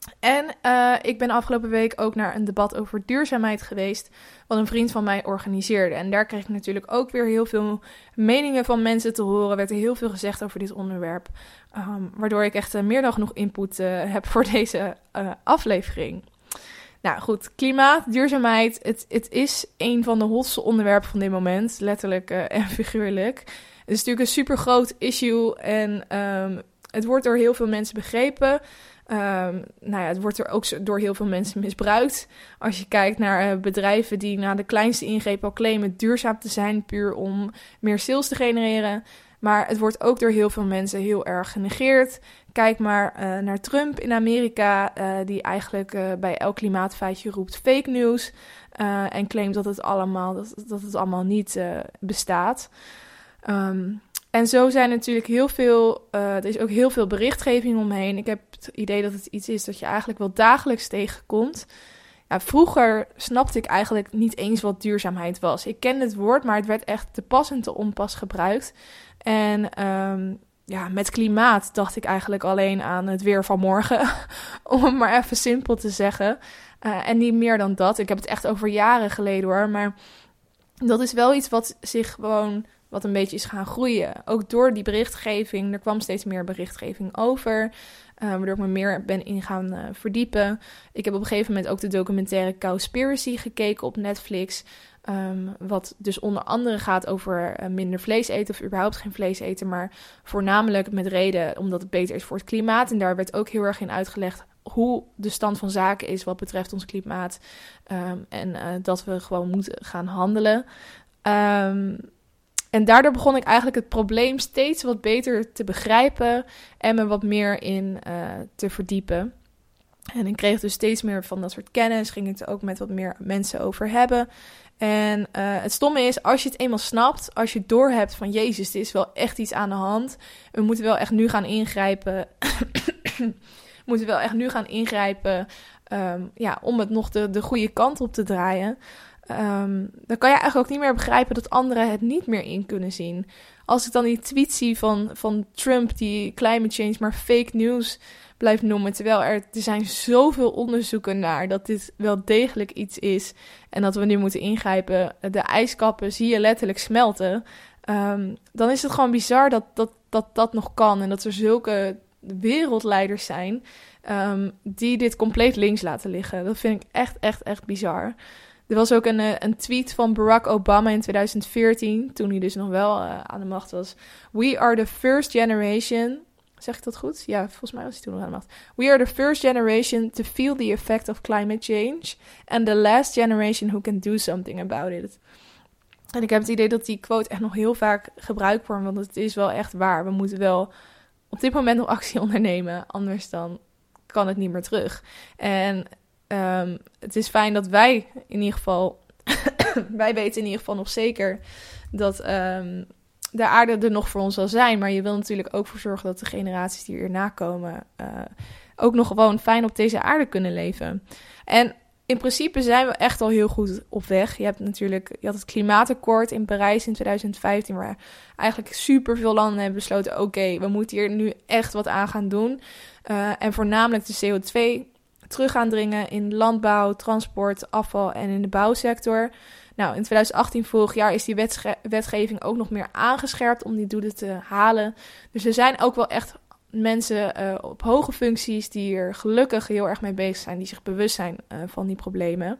En uh, ik ben afgelopen week ook naar een debat over duurzaamheid geweest, wat een vriend van mij organiseerde. En daar kreeg ik natuurlijk ook weer heel veel meningen van mensen te horen. Er werd er heel veel gezegd over dit onderwerp, um, waardoor ik echt uh, meer dan genoeg input uh, heb voor deze uh, aflevering. Nou goed, klimaat, duurzaamheid, het, het is een van de hotste onderwerpen van dit moment, letterlijk uh, en figuurlijk. Het is natuurlijk een super groot issue en um, het wordt door heel veel mensen begrepen. Um, nou ja, het wordt er ook door heel veel mensen misbruikt. Als je kijkt naar uh, bedrijven die na de kleinste ingreep al claimen duurzaam te zijn, puur om meer sales te genereren. Maar het wordt ook door heel veel mensen heel erg genegeerd. Kijk maar uh, naar Trump in Amerika, uh, die eigenlijk uh, bij elk klimaatfeitje roept fake news. Uh, en claimt dat het allemaal, dat, dat het allemaal niet uh, bestaat. Um, En zo zijn natuurlijk heel veel, uh, er is ook heel veel berichtgeving omheen. Ik heb het idee dat het iets is dat je eigenlijk wel dagelijks tegenkomt. Ja, vroeger snapte ik eigenlijk niet eens wat duurzaamheid was. Ik kende het woord, maar het werd echt te pas en te onpas gebruikt. En um, ja, met klimaat dacht ik eigenlijk alleen aan het weer van morgen, om het maar even simpel te zeggen. Uh, en niet meer dan dat. Ik heb het echt over jaren geleden hoor, maar dat is wel iets wat zich gewoon... wat een beetje is gaan groeien. Ook door die berichtgeving. Er kwam steeds meer berichtgeving over. Uh, waardoor ik me meer ben in gaan uh, verdiepen. Ik heb op een gegeven moment ook de documentaire Cowspiracy gekeken op Netflix. Um, wat dus onder andere gaat over uh, minder vlees eten. Of überhaupt geen vlees eten. Maar voornamelijk met reden omdat het beter is voor het klimaat. En daar werd ook heel erg in uitgelegd hoe de stand van zaken is wat betreft ons klimaat. Um, en uh, dat we gewoon moeten gaan handelen. Um, En daardoor begon ik eigenlijk het probleem steeds wat beter te begrijpen en me wat meer in uh, te verdiepen. En ik kreeg dus steeds meer van dat soort kennis, ging het er ook met wat meer mensen over hebben. En uh, het stomme is, als je het eenmaal snapt, als je doorhebt van Jezus, er is wel echt iets aan de hand. We moeten wel echt nu gaan ingrijpen. We moeten wel echt nu gaan ingrijpen um, ja, om het nog de, de goede kant op te draaien. Um, dan kan je eigenlijk ook niet meer begrijpen dat anderen het niet meer in kunnen zien. Als ik dan die tweet zie van, van Trump die climate change maar fake news blijft noemen, terwijl er, er zijn zoveel onderzoeken naar dat dit wel degelijk iets is en dat we nu moeten ingrijpen. De ijskappen zie je letterlijk smelten. Um, dan is het gewoon bizar dat dat, dat dat nog kan en dat er zulke wereldleiders zijn um, die dit compleet links laten liggen. Dat vind ik echt, echt, echt bizar. Er was ook een, een tweet van Barack Obama in twintig veertien, toen hij dus nog wel uh, aan de macht was. We are the first generation... Zeg ik dat goed? Ja, volgens mij was hij toen nog aan de macht. We are the first generation to feel the effect of climate change. And the last generation who can do something about it. En ik heb het idee dat die quote echt nog heel vaak gebruikt wordt, want het is wel echt waar. We moeten wel op dit moment nog actie ondernemen, anders dan kan het niet meer terug. En um, het is fijn dat wij in ieder geval, wij weten in ieder geval nog zeker dat um, de aarde er nog voor ons zal zijn. Maar je wil natuurlijk ook voor zorgen dat de generaties die erna komen uh, ook nog gewoon fijn op deze aarde kunnen leven. En in principe zijn we echt al heel goed op weg. Je hebt natuurlijk, je had het klimaatakkoord in Parijs in twintig vijftien, waar eigenlijk superveel landen hebben besloten, oké, okay, we moeten hier nu echt wat aan gaan doen. Uh, en voornamelijk de C O twee terug gaan dringen in landbouw, transport, afval en in de bouwsector. Nou, in twintig achttien, vorig jaar, is die wetsche- wetgeving ook nog meer aangescherpt om die doelen te halen. Dus er zijn ook wel echt mensen uh, op hoge functies die er gelukkig heel erg mee bezig zijn, die zich bewust zijn uh, van die problemen.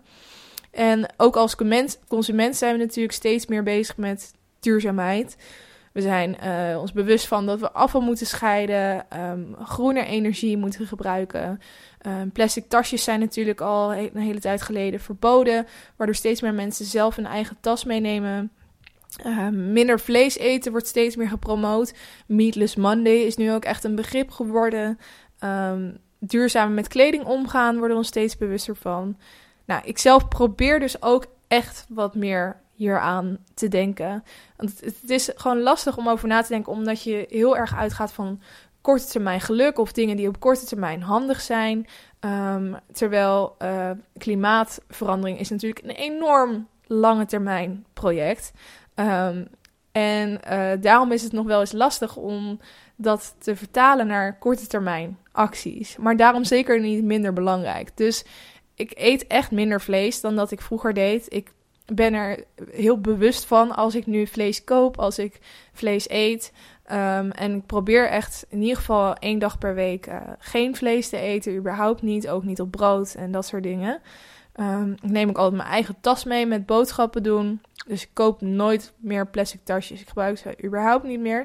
En ook als consument zijn we natuurlijk steeds meer bezig met duurzaamheid. We zijn uh, ons bewust van dat we afval moeten scheiden, um, groene energie moeten gebruiken. Um, plastic tasjes zijn natuurlijk al een hele tijd geleden verboden, waardoor steeds meer mensen zelf een eigen tas meenemen. Uh, minder vlees eten wordt steeds meer gepromoot. Meatless Monday is nu ook echt een begrip geworden. Um, duurzaam met kleding omgaan worden we ons steeds bewuster van. Nou, ik zelf probeer dus ook echt wat meer hieraan te denken. Want het, het is gewoon lastig om over na te denken, omdat je heel erg uitgaat van korte termijn geluk of dingen die op korte termijn handig zijn. Um, terwijl uh, klimaatverandering is natuurlijk een enorm lange termijn project. Um, en uh, daarom is het nog wel eens lastig om dat te vertalen naar korte termijn acties. Maar daarom zeker niet minder belangrijk. Dus ik eet echt minder vlees dan dat ik vroeger deed. Ik ben er heel bewust van als ik nu vlees koop, als ik vlees eet. Um, en ik probeer echt in ieder geval één dag per week uh, geen vlees te eten. Überhaupt niet, ook niet op brood en dat soort dingen. Um, ik neem ook altijd mijn eigen tas mee met boodschappen doen. Dus ik koop nooit meer plastic tasjes. Ik gebruik ze überhaupt niet meer.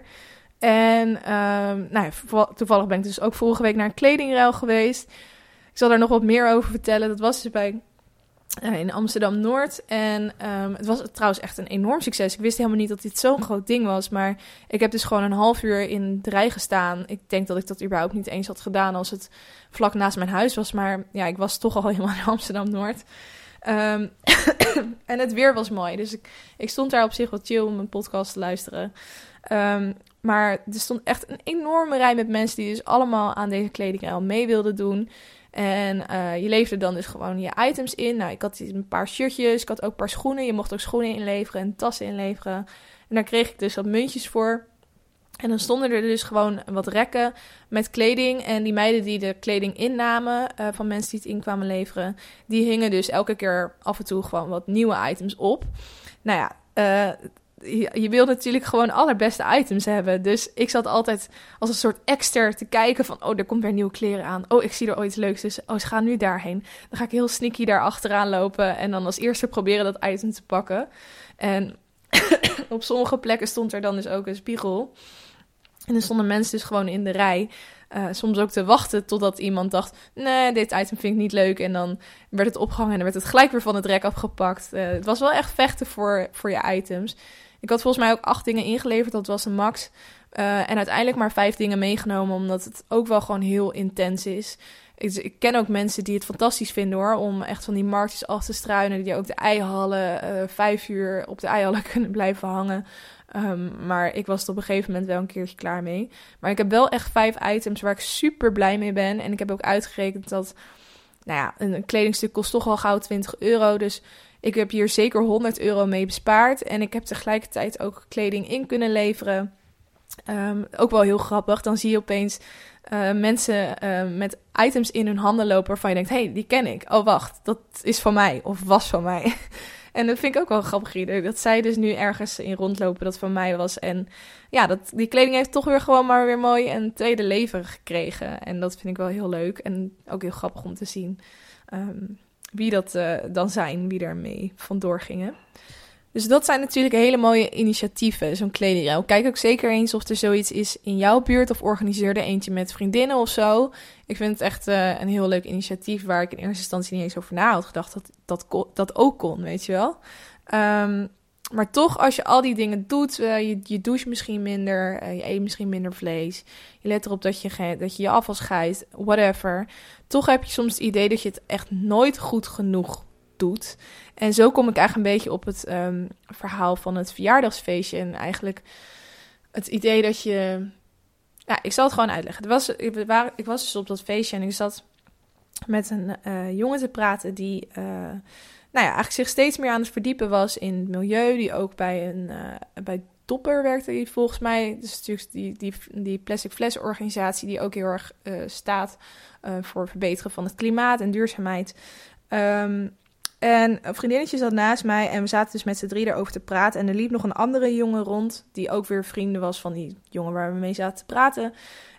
En um, nou ja, toevallig ben ik dus ook vorige week naar een kledingruil geweest. Ik zal daar nog wat meer over vertellen. Dat was dus bij uh, in Amsterdam-Noord. En um, het was trouwens echt een enorm succes. Ik wist helemaal niet dat dit zo'n groot ding was. Maar ik heb dus gewoon een half uur in de rij gestaan. Ik denk dat ik dat überhaupt niet eens had gedaan als het vlak naast mijn huis was. Maar ja, ik was toch al helemaal in Amsterdam-Noord. Um, en het weer was mooi. Dus ik, ik stond daar op zich wat chill om mijn podcast te luisteren. Um, maar er stond echt een enorme rij met mensen die dus allemaal aan deze kledingruil mee wilden doen. En uh, je leverde dan dus gewoon je items in. Nou, ik had een paar shirtjes, ik had ook een paar schoenen. Je mocht ook schoenen inleveren en tassen inleveren. En daar kreeg ik dus wat muntjes voor. En dan stonden er dus gewoon wat rekken met kleding. En die meiden die de kleding innamen uh, van mensen die het in kwamen leveren, die hingen dus elke keer af en toe gewoon wat nieuwe items op. Nou ja, uh, je, je wil natuurlijk gewoon allerbeste items hebben. Dus ik zat altijd als een soort exter te kijken van, oh, er komt weer nieuwe kleren aan. Oh, ik zie er ooit iets leuks, dus oh, ze gaan nu daarheen. Dan ga ik heel sneaky daar achteraan lopen en dan als eerste proberen dat item te pakken. En op sommige plekken stond er dan dus ook een spiegel. En dan stonden mensen dus gewoon in de rij. Uh, soms ook te wachten totdat iemand dacht, nee, dit item vind ik niet leuk. En dan werd het opgehangen en dan werd het gelijk weer van het rek afgepakt. Uh, het was wel echt vechten voor, voor je items. Ik had volgens mij ook acht dingen ingeleverd, dat was een max. Uh, en uiteindelijk maar vijf dingen meegenomen, omdat het ook wel gewoon heel intens is. Ik, ik ken ook mensen die het fantastisch vinden hoor, om echt van die marktjes af te struinen, die ook de eihallen uh, vijf uur op de eihallen kunnen blijven hangen. Um, maar ik was er op een gegeven moment wel een keertje klaar mee. Maar ik heb wel echt vijf items waar ik super blij mee ben. En ik heb ook uitgerekend dat, nou ja, een, een kledingstuk kost toch wel gauw twintig euro. Dus ik heb hier zeker honderd euro mee bespaard. En ik heb tegelijkertijd ook kleding in kunnen leveren. Um, ook wel heel grappig. Dan zie je opeens uh, mensen uh, met items in hun handen lopen waarvan je denkt, hé, hey, die ken ik. Oh, wacht, dat is van mij of was van mij. En dat vind ik ook wel grappig hier. Dat zij dus nu ergens in rondlopen dat van mij was. En ja, dat, die kleding heeft toch weer gewoon maar weer mooi een tweede leven gekregen. En dat vind ik wel heel leuk. En ook heel grappig om te zien um, wie dat uh, dan zijn, wie daarmee vandoor gingen. Dus dat zijn natuurlijk hele mooie initiatieven, zo'n kledingruil. Kijk ook zeker eens of er zoiets is in jouw buurt of organiseer er eentje met vriendinnen of zo. Ik vind het echt uh, een heel leuk initiatief waar ik in eerste instantie niet eens over na had gedacht dat dat, kon, dat ook kon, weet je wel. Um, maar toch, als je al die dingen doet, uh, je, je doucht misschien minder, uh, je eet misschien minder vlees, je let erop dat je ge- dat je, je afval scheidt, whatever. Toch heb je soms het idee dat je het echt nooit goed genoeg doet. En zo kom ik eigenlijk een beetje op het um, verhaal van het verjaardagsfeestje. En eigenlijk het idee dat je... Ja, ik zal het gewoon uitleggen. Het was, ik, waar, ik was dus op dat feestje en ik zat met een uh, jongen te praten die... Uh, nou ja, eigenlijk zich steeds meer aan het verdiepen was in het milieu. Die ook bij een uh, bij Dopper werkte die volgens mij. Dus natuurlijk die, die, die Plastic Fles organisatie die ook heel erg uh, staat uh, voor het verbeteren van het klimaat en duurzaamheid. Um, En een vriendinnetje zat naast mij en we zaten dus met z'n drie erover te praten. En er liep nog een andere jongen rond, die ook weer vrienden was van die jongen waar we mee zaten te praten.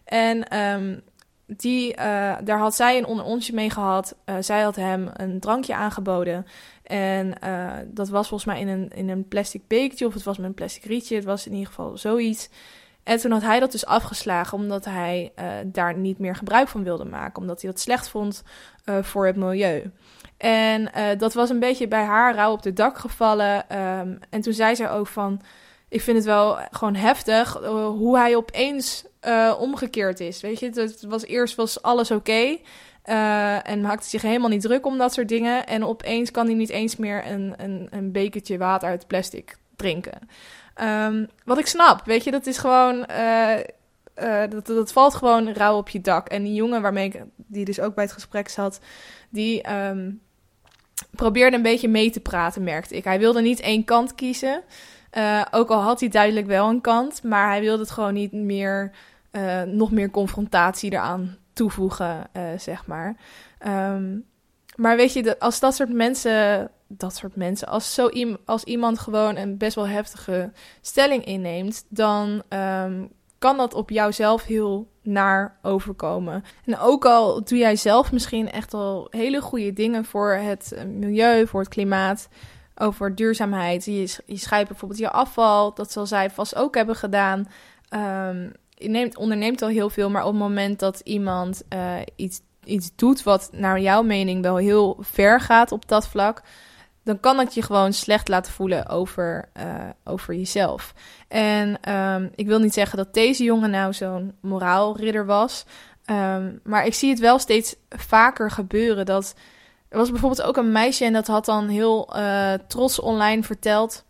En um, die, uh, daar had zij een onder onsje mee gehad. Uh, zij had hem een drankje aangeboden. En uh, dat was volgens mij in een, in een plastic bekertje of het was met een plastic rietje. Het was in ieder geval zoiets. En toen had hij dat dus afgeslagen omdat hij uh, daar niet meer gebruik van wilde maken. Omdat hij dat slecht vond uh, voor het milieu. En uh, dat was een beetje bij haar rauw op de dak gevallen. Um, en toen zei zij ook van, ik vind het wel gewoon heftig uh, hoe hij opeens uh, omgekeerd is. Weet je, het was eerst was alles oké. Okay, uh, en maakte zich helemaal niet druk om dat soort dingen. En opeens kan hij niet eens meer een, een, een bekertje water uit plastic drinken. Um, wat ik snap, weet je, dat is gewoon... Uh, uh, dat, dat valt gewoon rauw op je dak. En die jongen waarmee ik, die dus ook bij het gesprek zat, die... Um, probeerde een beetje mee te praten, merkte ik. Hij wilde niet één kant kiezen. Uh, ook al had hij duidelijk wel een kant. Maar hij wilde het gewoon niet meer... Uh, nog meer confrontatie eraan toevoegen, uh, zeg maar. Um, maar weet je, als dat soort mensen, dat soort mensen, als, zo i- als iemand gewoon een best wel heftige stelling inneemt, dan um, kan dat op jouzelf heel naar overkomen. En ook al doe jij zelf misschien echt al hele goede dingen voor het milieu, voor het klimaat, over duurzaamheid. Je, je scheidt bijvoorbeeld je afval, dat zal zij vast ook hebben gedaan. Um, je neemt, onderneemt al heel veel, maar op het moment dat iemand uh, iets, iets doet wat naar jouw mening wel heel ver gaat op dat vlak, dan kan dat je gewoon slecht laten voelen over, uh, over jezelf. En um, ik wil niet zeggen dat deze jongen nou zo'n moraalridder was, um, maar ik zie het wel steeds vaker gebeuren. Dat er was bijvoorbeeld ook een meisje en dat had dan heel uh, trots online verteld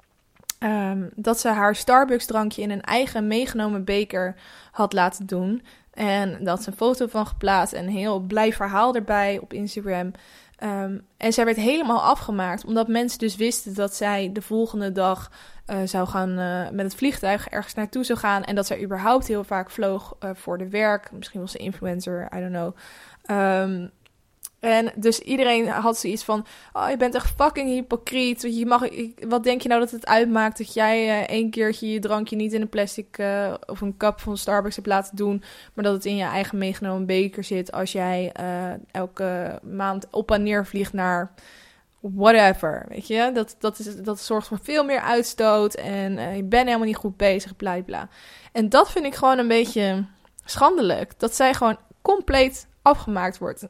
Um, dat ze haar Starbucks drankje in een eigen meegenomen beker had laten doen. En dat ze een foto van geplaatst en een heel blij verhaal erbij op Instagram. Um, en zij werd helemaal afgemaakt, omdat mensen dus wisten dat zij de volgende dag uh, zou gaan uh, met het vliegtuig ergens naartoe zou gaan. En dat zij überhaupt heel vaak vloog uh, voor de werk. Misschien was ze influencer, I don't know. Um, En dus iedereen had zoiets van, oh, je bent echt fucking hypocriet. Je mag, wat denk je nou dat het uitmaakt dat jij uh, één keertje je drankje niet in een plastic uh, of een cup van Starbucks hebt laten doen, maar dat het in je eigen meegenomen beker zit als jij uh, elke maand op en neer vliegt naar whatever, weet je. Dat, dat, is, dat zorgt voor veel meer uitstoot en uh, je bent helemaal niet goed bezig, bla bla. En dat vind ik gewoon een beetje schandelijk. Dat zij gewoon compleet afgemaakt wordt.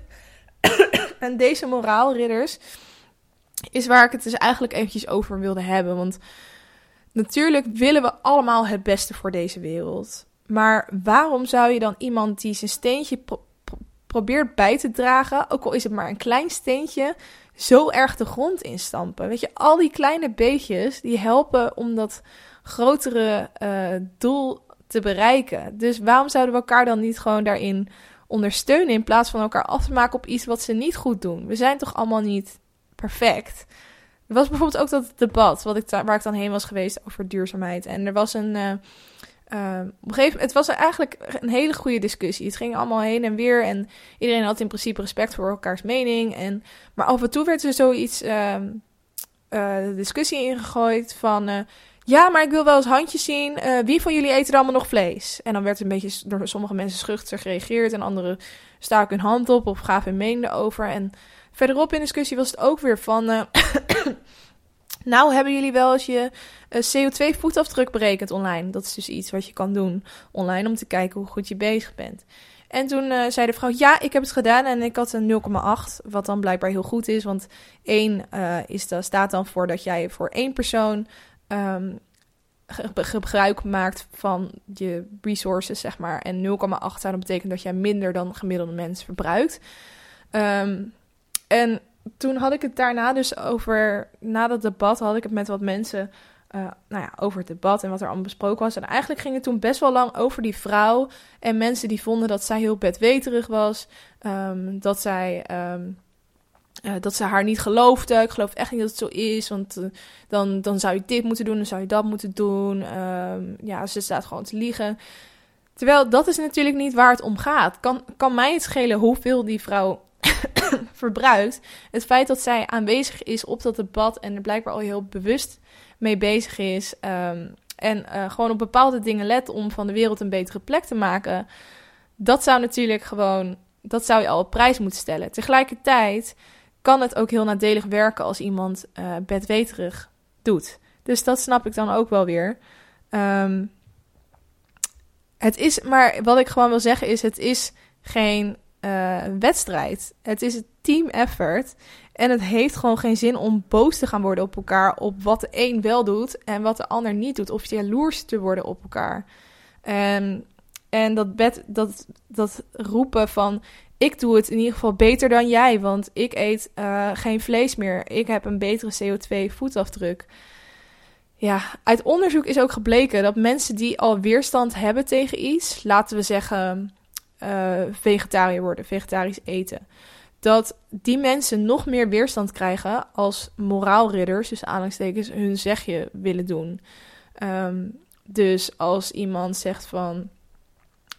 En deze moraalridders is waar ik het dus eigenlijk eventjes over wilde hebben. Want natuurlijk willen we allemaal het beste voor deze wereld. Maar waarom zou je dan iemand die zijn steentje pro- pro- probeert bij te dragen, ook al is het maar een klein steentje, zo erg de grond instampen? Weet je, al die kleine beetjes die helpen om dat grotere uh, doel te bereiken. Dus waarom zouden we elkaar dan niet gewoon daarin ondersteunen in plaats van elkaar af te maken op iets wat ze niet goed doen? We zijn toch allemaal niet perfect? Er was bijvoorbeeld ook dat debat wat ik ta- waar ik dan heen was geweest over duurzaamheid. En er was een... Uh, uh, op een gegeven moment, het was eigenlijk een hele goede discussie. Het ging allemaal heen en weer en iedereen had in principe respect voor elkaars mening. En, maar af en toe werd er zoiets uh, uh, de discussie ingegooid van... Uh, ja, maar ik wil wel eens handjes zien. Uh, wie van jullie eet er allemaal nog vlees? En dan werd een beetje door sommige mensen schuchter gereageerd en anderen staken hun hand op of gaven hun mening erover. En verderop in de discussie was het ook weer van... Uh, nou, hebben jullie wel eens je uh, C O twee voetafdruk berekend online? Dat is dus iets wat je kan doen online om te kijken hoe goed je bezig bent. En toen uh, zei de vrouw, ja, ik heb het gedaan en ik had een nul komma acht, wat dan blijkbaar heel goed is. Want één uh, is de, staat dan voor dat jij voor één persoon um, ge- gebruik maakt van je resources, zeg maar. En nul komma acht zou dan betekenen dat jij minder dan gemiddelde mens verbruikt. Um, en toen had ik het daarna dus over, na dat debat had ik het met wat mensen uh, nou ja, over het debat en wat er allemaal besproken was. En eigenlijk ging het toen best wel lang over die vrouw en mensen die vonden dat zij heel bedweterig was. Um, dat zij... Um, Uh, dat ze haar niet geloofde. Ik geloof echt niet dat het zo is. Want uh, dan, dan zou je dit moeten doen. Dan zou je dat moeten doen. Um, ja, ze staat gewoon te liegen. Terwijl dat is natuurlijk niet waar het om gaat. Kan, kan mij het schelen hoeveel die vrouw verbruikt. Het feit dat zij aanwezig is op dat debat. En er blijkbaar al heel bewust mee bezig is. Um, en uh, gewoon op bepaalde dingen let om van de wereld een betere plek te maken. Dat zou natuurlijk gewoon... Dat zou je al op prijs moeten stellen. Tegelijkertijd kan het ook heel nadelig werken als iemand uh, bedweterig doet. Dus dat snap ik dan ook wel weer. Um, het is, maar wat ik gewoon wil zeggen is, het is geen uh, wedstrijd. Het is een team effort. En het heeft gewoon geen zin om boos te gaan worden op elkaar op wat de een wel doet en wat de ander niet doet. Of jaloers te worden op elkaar. Um, en dat, bed, dat, dat roepen van... ik doe het in ieder geval beter dan jij, want ik eet uh, geen vlees meer. Ik heb een betere C O twee voetafdruk. Ja, uit onderzoek is ook gebleken dat mensen die al weerstand hebben tegen iets... laten we zeggen uh, vegetariër worden, vegetarisch eten... dat die mensen nog meer weerstand krijgen als moraalridders... dus aanhalingstekens hun zegje willen doen. Um, dus als iemand zegt van...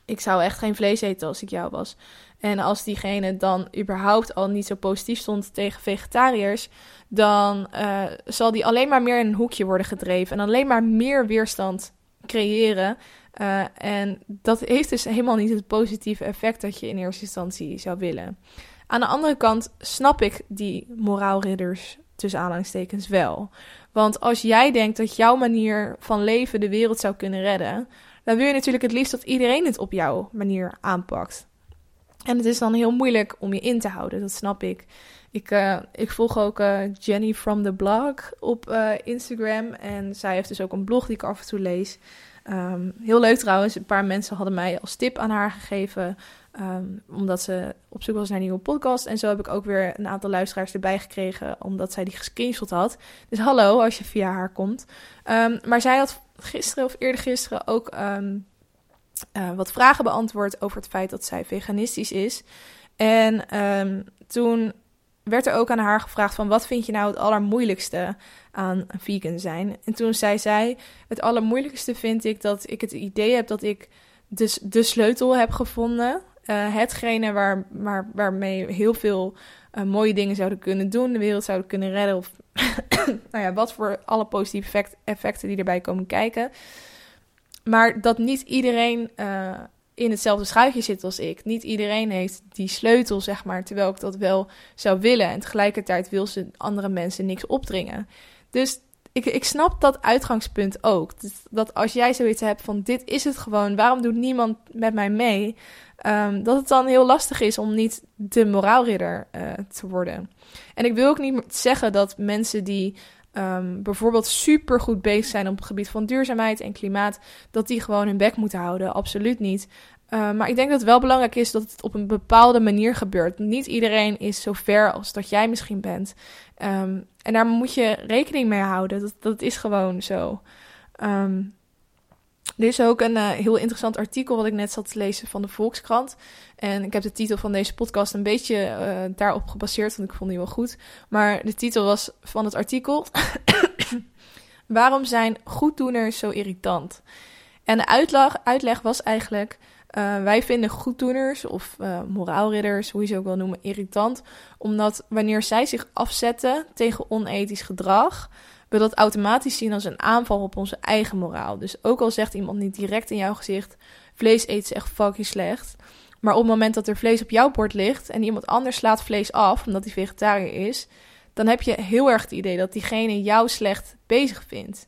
ik zou echt geen vlees eten als ik jou was. En als diegene dan überhaupt al niet zo positief stond tegen vegetariërs, dan uh, zal die alleen maar meer in een hoekje worden gedreven en alleen maar meer weerstand creëren. Uh, en dat heeft dus helemaal niet het positieve effect dat je in eerste instantie zou willen. Aan de andere kant snap ik die moraalridders tussen aanhalingstekens wel. Want als jij denkt dat jouw manier van leven de wereld zou kunnen redden, dan wil je natuurlijk het liefst dat iedereen het op jouw manier aanpakt. En het is dan heel moeilijk om je in te houden, dat snap ik. Ik, uh, ik volg ook uh, Jenny from the blog op uh, Instagram. En zij heeft dus ook een blog die ik af en toe lees. Um, heel leuk trouwens, een paar mensen hadden mij als tip aan haar gegeven, um, omdat ze op zoek was naar een nieuwe podcast. En zo heb ik ook weer een aantal luisteraars erbij gekregen, omdat zij die gescreenshot had. Dus hallo, als je via haar komt. Um, maar zij had gisteren of eerder gisteren ook um, uh, wat vragen beantwoord over het feit dat zij veganistisch is. En um, toen werd er ook aan haar gevraagd van wat vind je nou het allermoeilijkste aan vegan zijn? En toen zei zij, het allermoeilijkste vind ik dat ik het idee heb dat ik de, de sleutel heb gevonden. Uh, hetgene waar, waar, waarmee heel veel uh, mooie dingen zouden kunnen doen, de wereld zouden kunnen redden. Of nou ja, wat voor alle positieve effect, effecten die erbij komen kijken. Maar dat niet iedereen uh, in hetzelfde schuitje zit als ik. Niet iedereen heeft die sleutel, zeg maar, terwijl ik dat wel zou willen. En tegelijkertijd wil ze andere mensen niks opdringen. Dus ik, ik snap dat uitgangspunt ook. Dat, dat als jij zoiets hebt van dit is het gewoon, waarom doet niemand met mij mee? Um, dat het dan heel lastig is om niet de moraalridder uh, te worden. En ik wil ook niet zeggen dat mensen die um, bijvoorbeeld supergoed bezig zijn op het gebied van duurzaamheid en klimaat, dat die gewoon hun bek moeten houden. Absoluut niet. Uh, maar ik denk dat het wel belangrijk is dat het op een bepaalde manier gebeurt. Niet iedereen is zo ver als dat jij misschien bent. Um, en daar moet je rekening mee houden. Dat, dat is gewoon zo. Um, er is ook een uh, heel interessant artikel wat ik net zat te lezen van de Volkskrant. En ik heb de titel van deze podcast een beetje uh, daarop gebaseerd, want ik vond die wel goed. Maar de titel was van het artikel: Waarom zijn goeddoeners zo irritant? En de uitleg, uitleg was eigenlijk: Uh, wij vinden goeddoeners of uh, moraalridders, hoe je ze ook wil noemen, irritant. Omdat wanneer zij zich afzetten tegen onethisch gedrag, we dat automatisch zien als een aanval op onze eigen moraal. Dus ook al zegt iemand niet direct in jouw gezicht, vlees eten is echt fucking slecht. Maar op het moment dat er vlees op jouw bord ligt en iemand anders slaat vlees af, omdat hij vegetariër is, dan heb je heel erg het idee dat diegene jou slecht bezig vindt.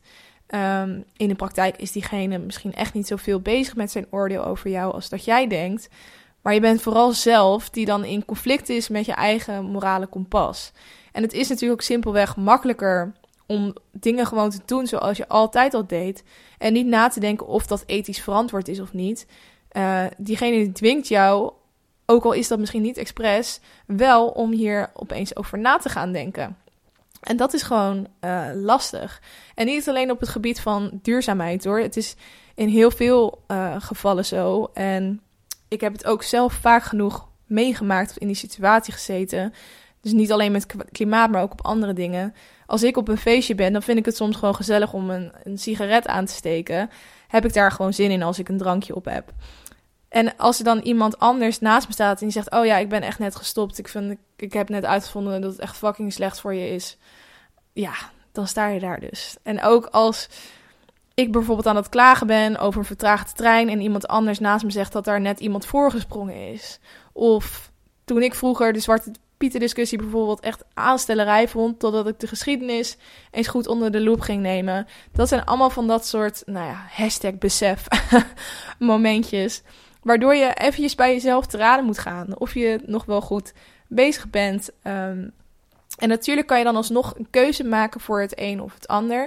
Um, in de praktijk is diegene misschien echt niet zoveel bezig met zijn oordeel over jou als dat jij denkt. Maar je bent vooral zelf die dan in conflict is met je eigen morale kompas. En het is natuurlijk simpelweg makkelijker om dingen gewoon te doen zoals je altijd al deed. En niet na te denken of dat ethisch verantwoord is of niet. Uh, diegene die dwingt jou, ook al is dat misschien niet expres, wel om hier opeens over na te gaan denken. En dat is gewoon uh, lastig. En niet alleen op het gebied van duurzaamheid hoor. Het is in heel veel uh, gevallen zo. En ik heb het ook zelf vaak genoeg meegemaakt of in die situatie gezeten. Dus niet alleen met klimaat, maar ook op andere dingen. Als ik op een feestje ben, dan vind ik het soms gewoon gezellig om een, een sigaret aan te steken. Heb ik daar gewoon zin in als ik een drankje op heb. En als er dan iemand anders naast me staat en die zegt, oh ja, ik ben echt net gestopt. Ik, vind, ik, ik heb net uitgevonden dat het echt fucking slecht voor je is. Ja, dan sta je daar dus. En ook als ik bijvoorbeeld aan het klagen ben over een vertraagde trein en iemand anders naast me zegt dat daar net iemand voorgesprongen is. Of toen ik vroeger de Zwarte Pieten discussie bijvoorbeeld echt aanstellerij vond, totdat ik de geschiedenis eens goed onder de loep ging nemen. Dat zijn allemaal van dat soort, nou ja, hashtag besef momentjes. Waardoor je eventjes bij jezelf te raden moet gaan. Of je nog wel goed bezig bent. Um, en natuurlijk kan je dan alsnog een keuze maken voor het een of het ander.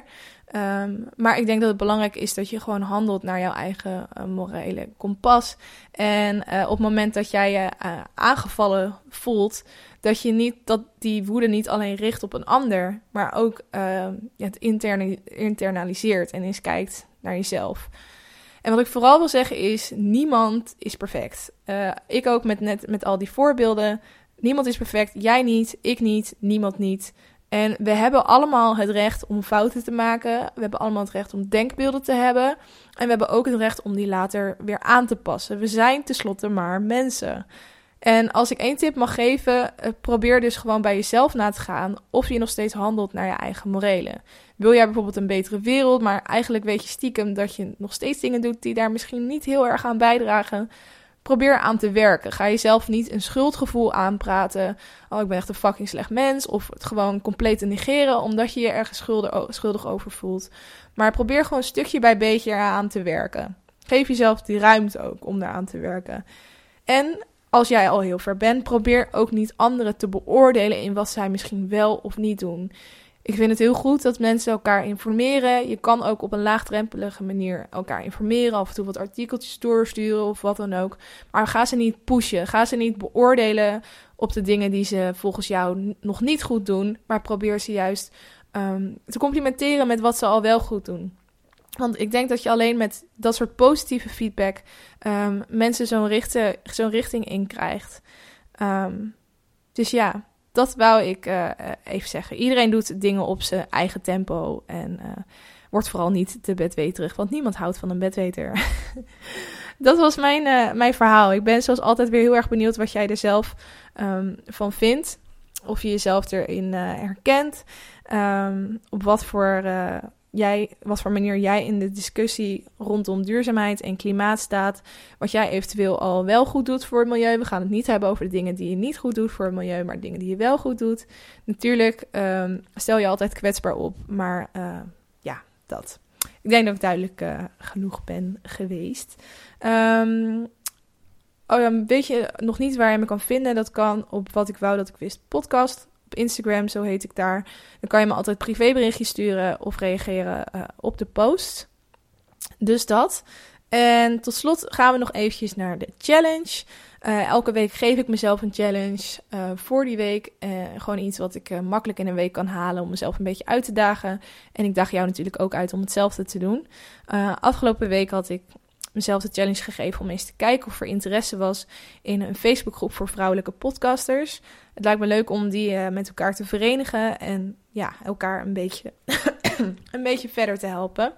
Um, maar ik denk dat het belangrijk is dat je gewoon handelt naar jouw eigen uh, morele kompas. En uh, op het moment dat jij je uh, aangevallen voelt, dat je niet dat die woede niet alleen richt op een ander, maar ook uh, het interne, internaliseert en eens kijkt naar jezelf. En wat ik vooral wil zeggen is, niemand is perfect. Uh, ik ook met, net, met al die voorbeelden. Niemand is perfect. Jij niet, ik niet, niemand niet. En we hebben allemaal het recht om fouten te maken. We hebben allemaal het recht om denkbeelden te hebben. En we hebben ook het recht om die later weer aan te passen. We zijn tenslotte maar mensen. En als ik één tip mag geven, probeer dus gewoon bij jezelf na te gaan of je nog steeds handelt naar je eigen morelen. Wil jij bijvoorbeeld een betere wereld, maar eigenlijk weet je stiekem dat je nog steeds dingen doet die daar misschien niet heel erg aan bijdragen? Probeer aan te werken. Ga jezelf niet een schuldgevoel aanpraten. Oh, ik ben echt een fucking slecht mens. Of het gewoon compleet te negeren omdat je je ergens schuldig, schuldig over voelt. Maar probeer gewoon stukje bij beetje eraan te werken. Geef jezelf die ruimte ook om daaraan te werken. En als jij al heel ver bent, probeer ook niet anderen te beoordelen in wat zij misschien wel of niet doen. Ik vind het heel goed dat mensen elkaar informeren. Je kan ook op een laagdrempelige manier elkaar informeren. Af en toe wat artikeltjes doorsturen of wat dan ook. Maar ga ze niet pushen. Ga ze niet beoordelen op de dingen die ze volgens jou nog niet goed doen. Maar probeer ze juist um, te complimenteren met wat ze al wel goed doen. Want ik denk dat je alleen met dat soort positieve feedback um, mensen zo'n, richten, zo'n richting in krijgt. Um, dus ja, dat wou ik uh, even zeggen. Iedereen doet dingen op zijn eigen tempo. En uh, wordt vooral niet te bedweterig, want niemand houdt van een bedweter. Dat was mijn, uh, mijn verhaal. Ik ben zoals altijd weer heel erg benieuwd wat jij er zelf um, van vindt. Of je jezelf erin uh, herkent. Um, op wat voor... Uh, Jij, wat voor manier jij in de discussie rondom duurzaamheid en klimaat staat. Wat jij eventueel al wel goed doet voor het milieu. We gaan het niet hebben over de dingen die je niet goed doet voor het milieu, maar dingen die je wel goed doet. Natuurlijk um, stel je altijd kwetsbaar op, maar uh, ja, dat. Ik denk dat ik duidelijk uh, genoeg ben geweest. Um, oh ja, weet je nog niet waar je me kan vinden? Dat kan op Wat Ik Wou Dat Ik Wist podcast. Op Instagram, zo heet ik daar. Dan kan je me altijd privéberichtjes sturen of reageren uh, op de post. Dus dat. En tot slot gaan we nog eventjes naar de challenge. Uh, elke week geef ik mezelf een challenge uh, voor die week. Uh, gewoon iets wat ik uh, makkelijk in een week kan halen om mezelf een beetje uit te dagen. En ik daag jou natuurlijk ook uit om hetzelfde te doen. Uh, afgelopen week had ik mezelf de challenge gegeven om eens te kijken of er interesse was in een Facebookgroep voor vrouwelijke podcasters. Het lijkt me leuk om die uh, met elkaar te verenigen en ja, elkaar een beetje, een beetje verder te helpen.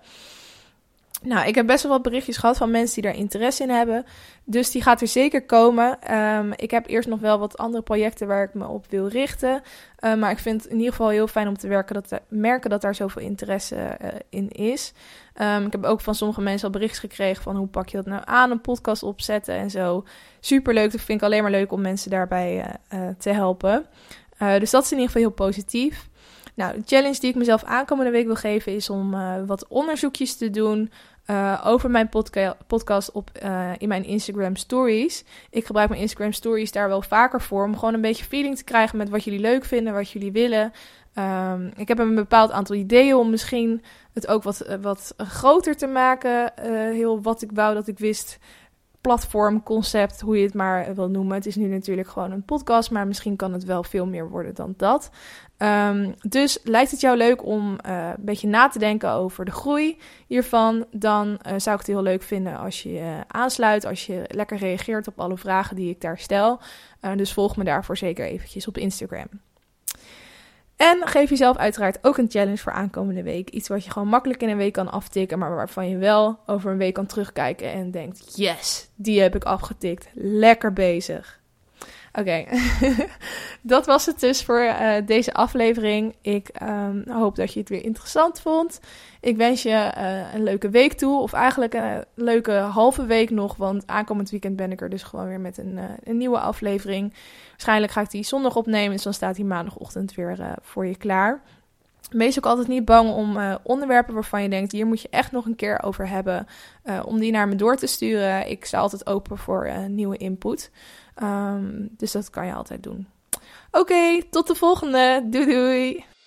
Nou, ik heb best wel wat berichtjes gehad van mensen die daar interesse in hebben. Dus die gaat er zeker komen. Um, ik heb eerst nog wel wat andere projecten waar ik me op wil richten. Uh, maar ik vind het in ieder geval heel fijn om te werken dat te merken dat daar zoveel interesse uh, in is. Um, ik heb ook van sommige mensen al berichtjes gekregen van hoe pak je dat nou aan, een podcast opzetten en zo. Superleuk, dat vind ik alleen maar leuk om mensen daarbij uh, uh, te helpen. Uh, dus dat is in ieder geval heel positief. Nou, de challenge die ik mezelf aankomende week wil geven is om uh, wat onderzoekjes te doen uh, over mijn podca- podcast op, uh, in mijn Instagram stories. Ik gebruik mijn Instagram stories daar wel vaker voor om gewoon een beetje feeling te krijgen met wat jullie leuk vinden, wat jullie willen. Um, ik heb een bepaald aantal ideeën om misschien het ook wat, uh, wat groter te maken. Uh, heel wat ik wou dat ik wist. Platform, concept, hoe je het maar wil noemen. Het is nu natuurlijk gewoon een podcast, maar misschien kan het wel veel meer worden dan dat. Um, dus lijkt het jou leuk om uh, een beetje na te denken over de groei hiervan, dan uh, zou ik het heel leuk vinden als je uh, aansluit, als je lekker reageert op alle vragen die ik daar stel. Uh, dus volg me daarvoor zeker eventjes op Instagram. En geef jezelf uiteraard ook een challenge voor aankomende week. Iets wat je gewoon makkelijk in een week kan aftikken, maar waarvan je wel over een week kan terugkijken en denkt, yes, die heb ik afgetikt. Lekker bezig. Oké, okay. Dat was het dus voor uh, deze aflevering. Ik um, hoop dat je het weer interessant vond. Ik wens je uh, een leuke week toe, of eigenlijk een leuke halve week nog, want aankomend weekend ben ik er dus gewoon weer met een, uh, een nieuwe aflevering. Waarschijnlijk ga ik die zondag opnemen, dus dan staat die maandagochtend weer uh, voor je klaar. Wees ook altijd niet bang om uh, onderwerpen waarvan je denkt, hier moet je echt nog een keer over hebben, uh, om die naar me door te sturen. Ik sta altijd open voor uh, nieuwe input. Um, dus dat kan je altijd doen. Oké, okay, tot de volgende. Doei doei!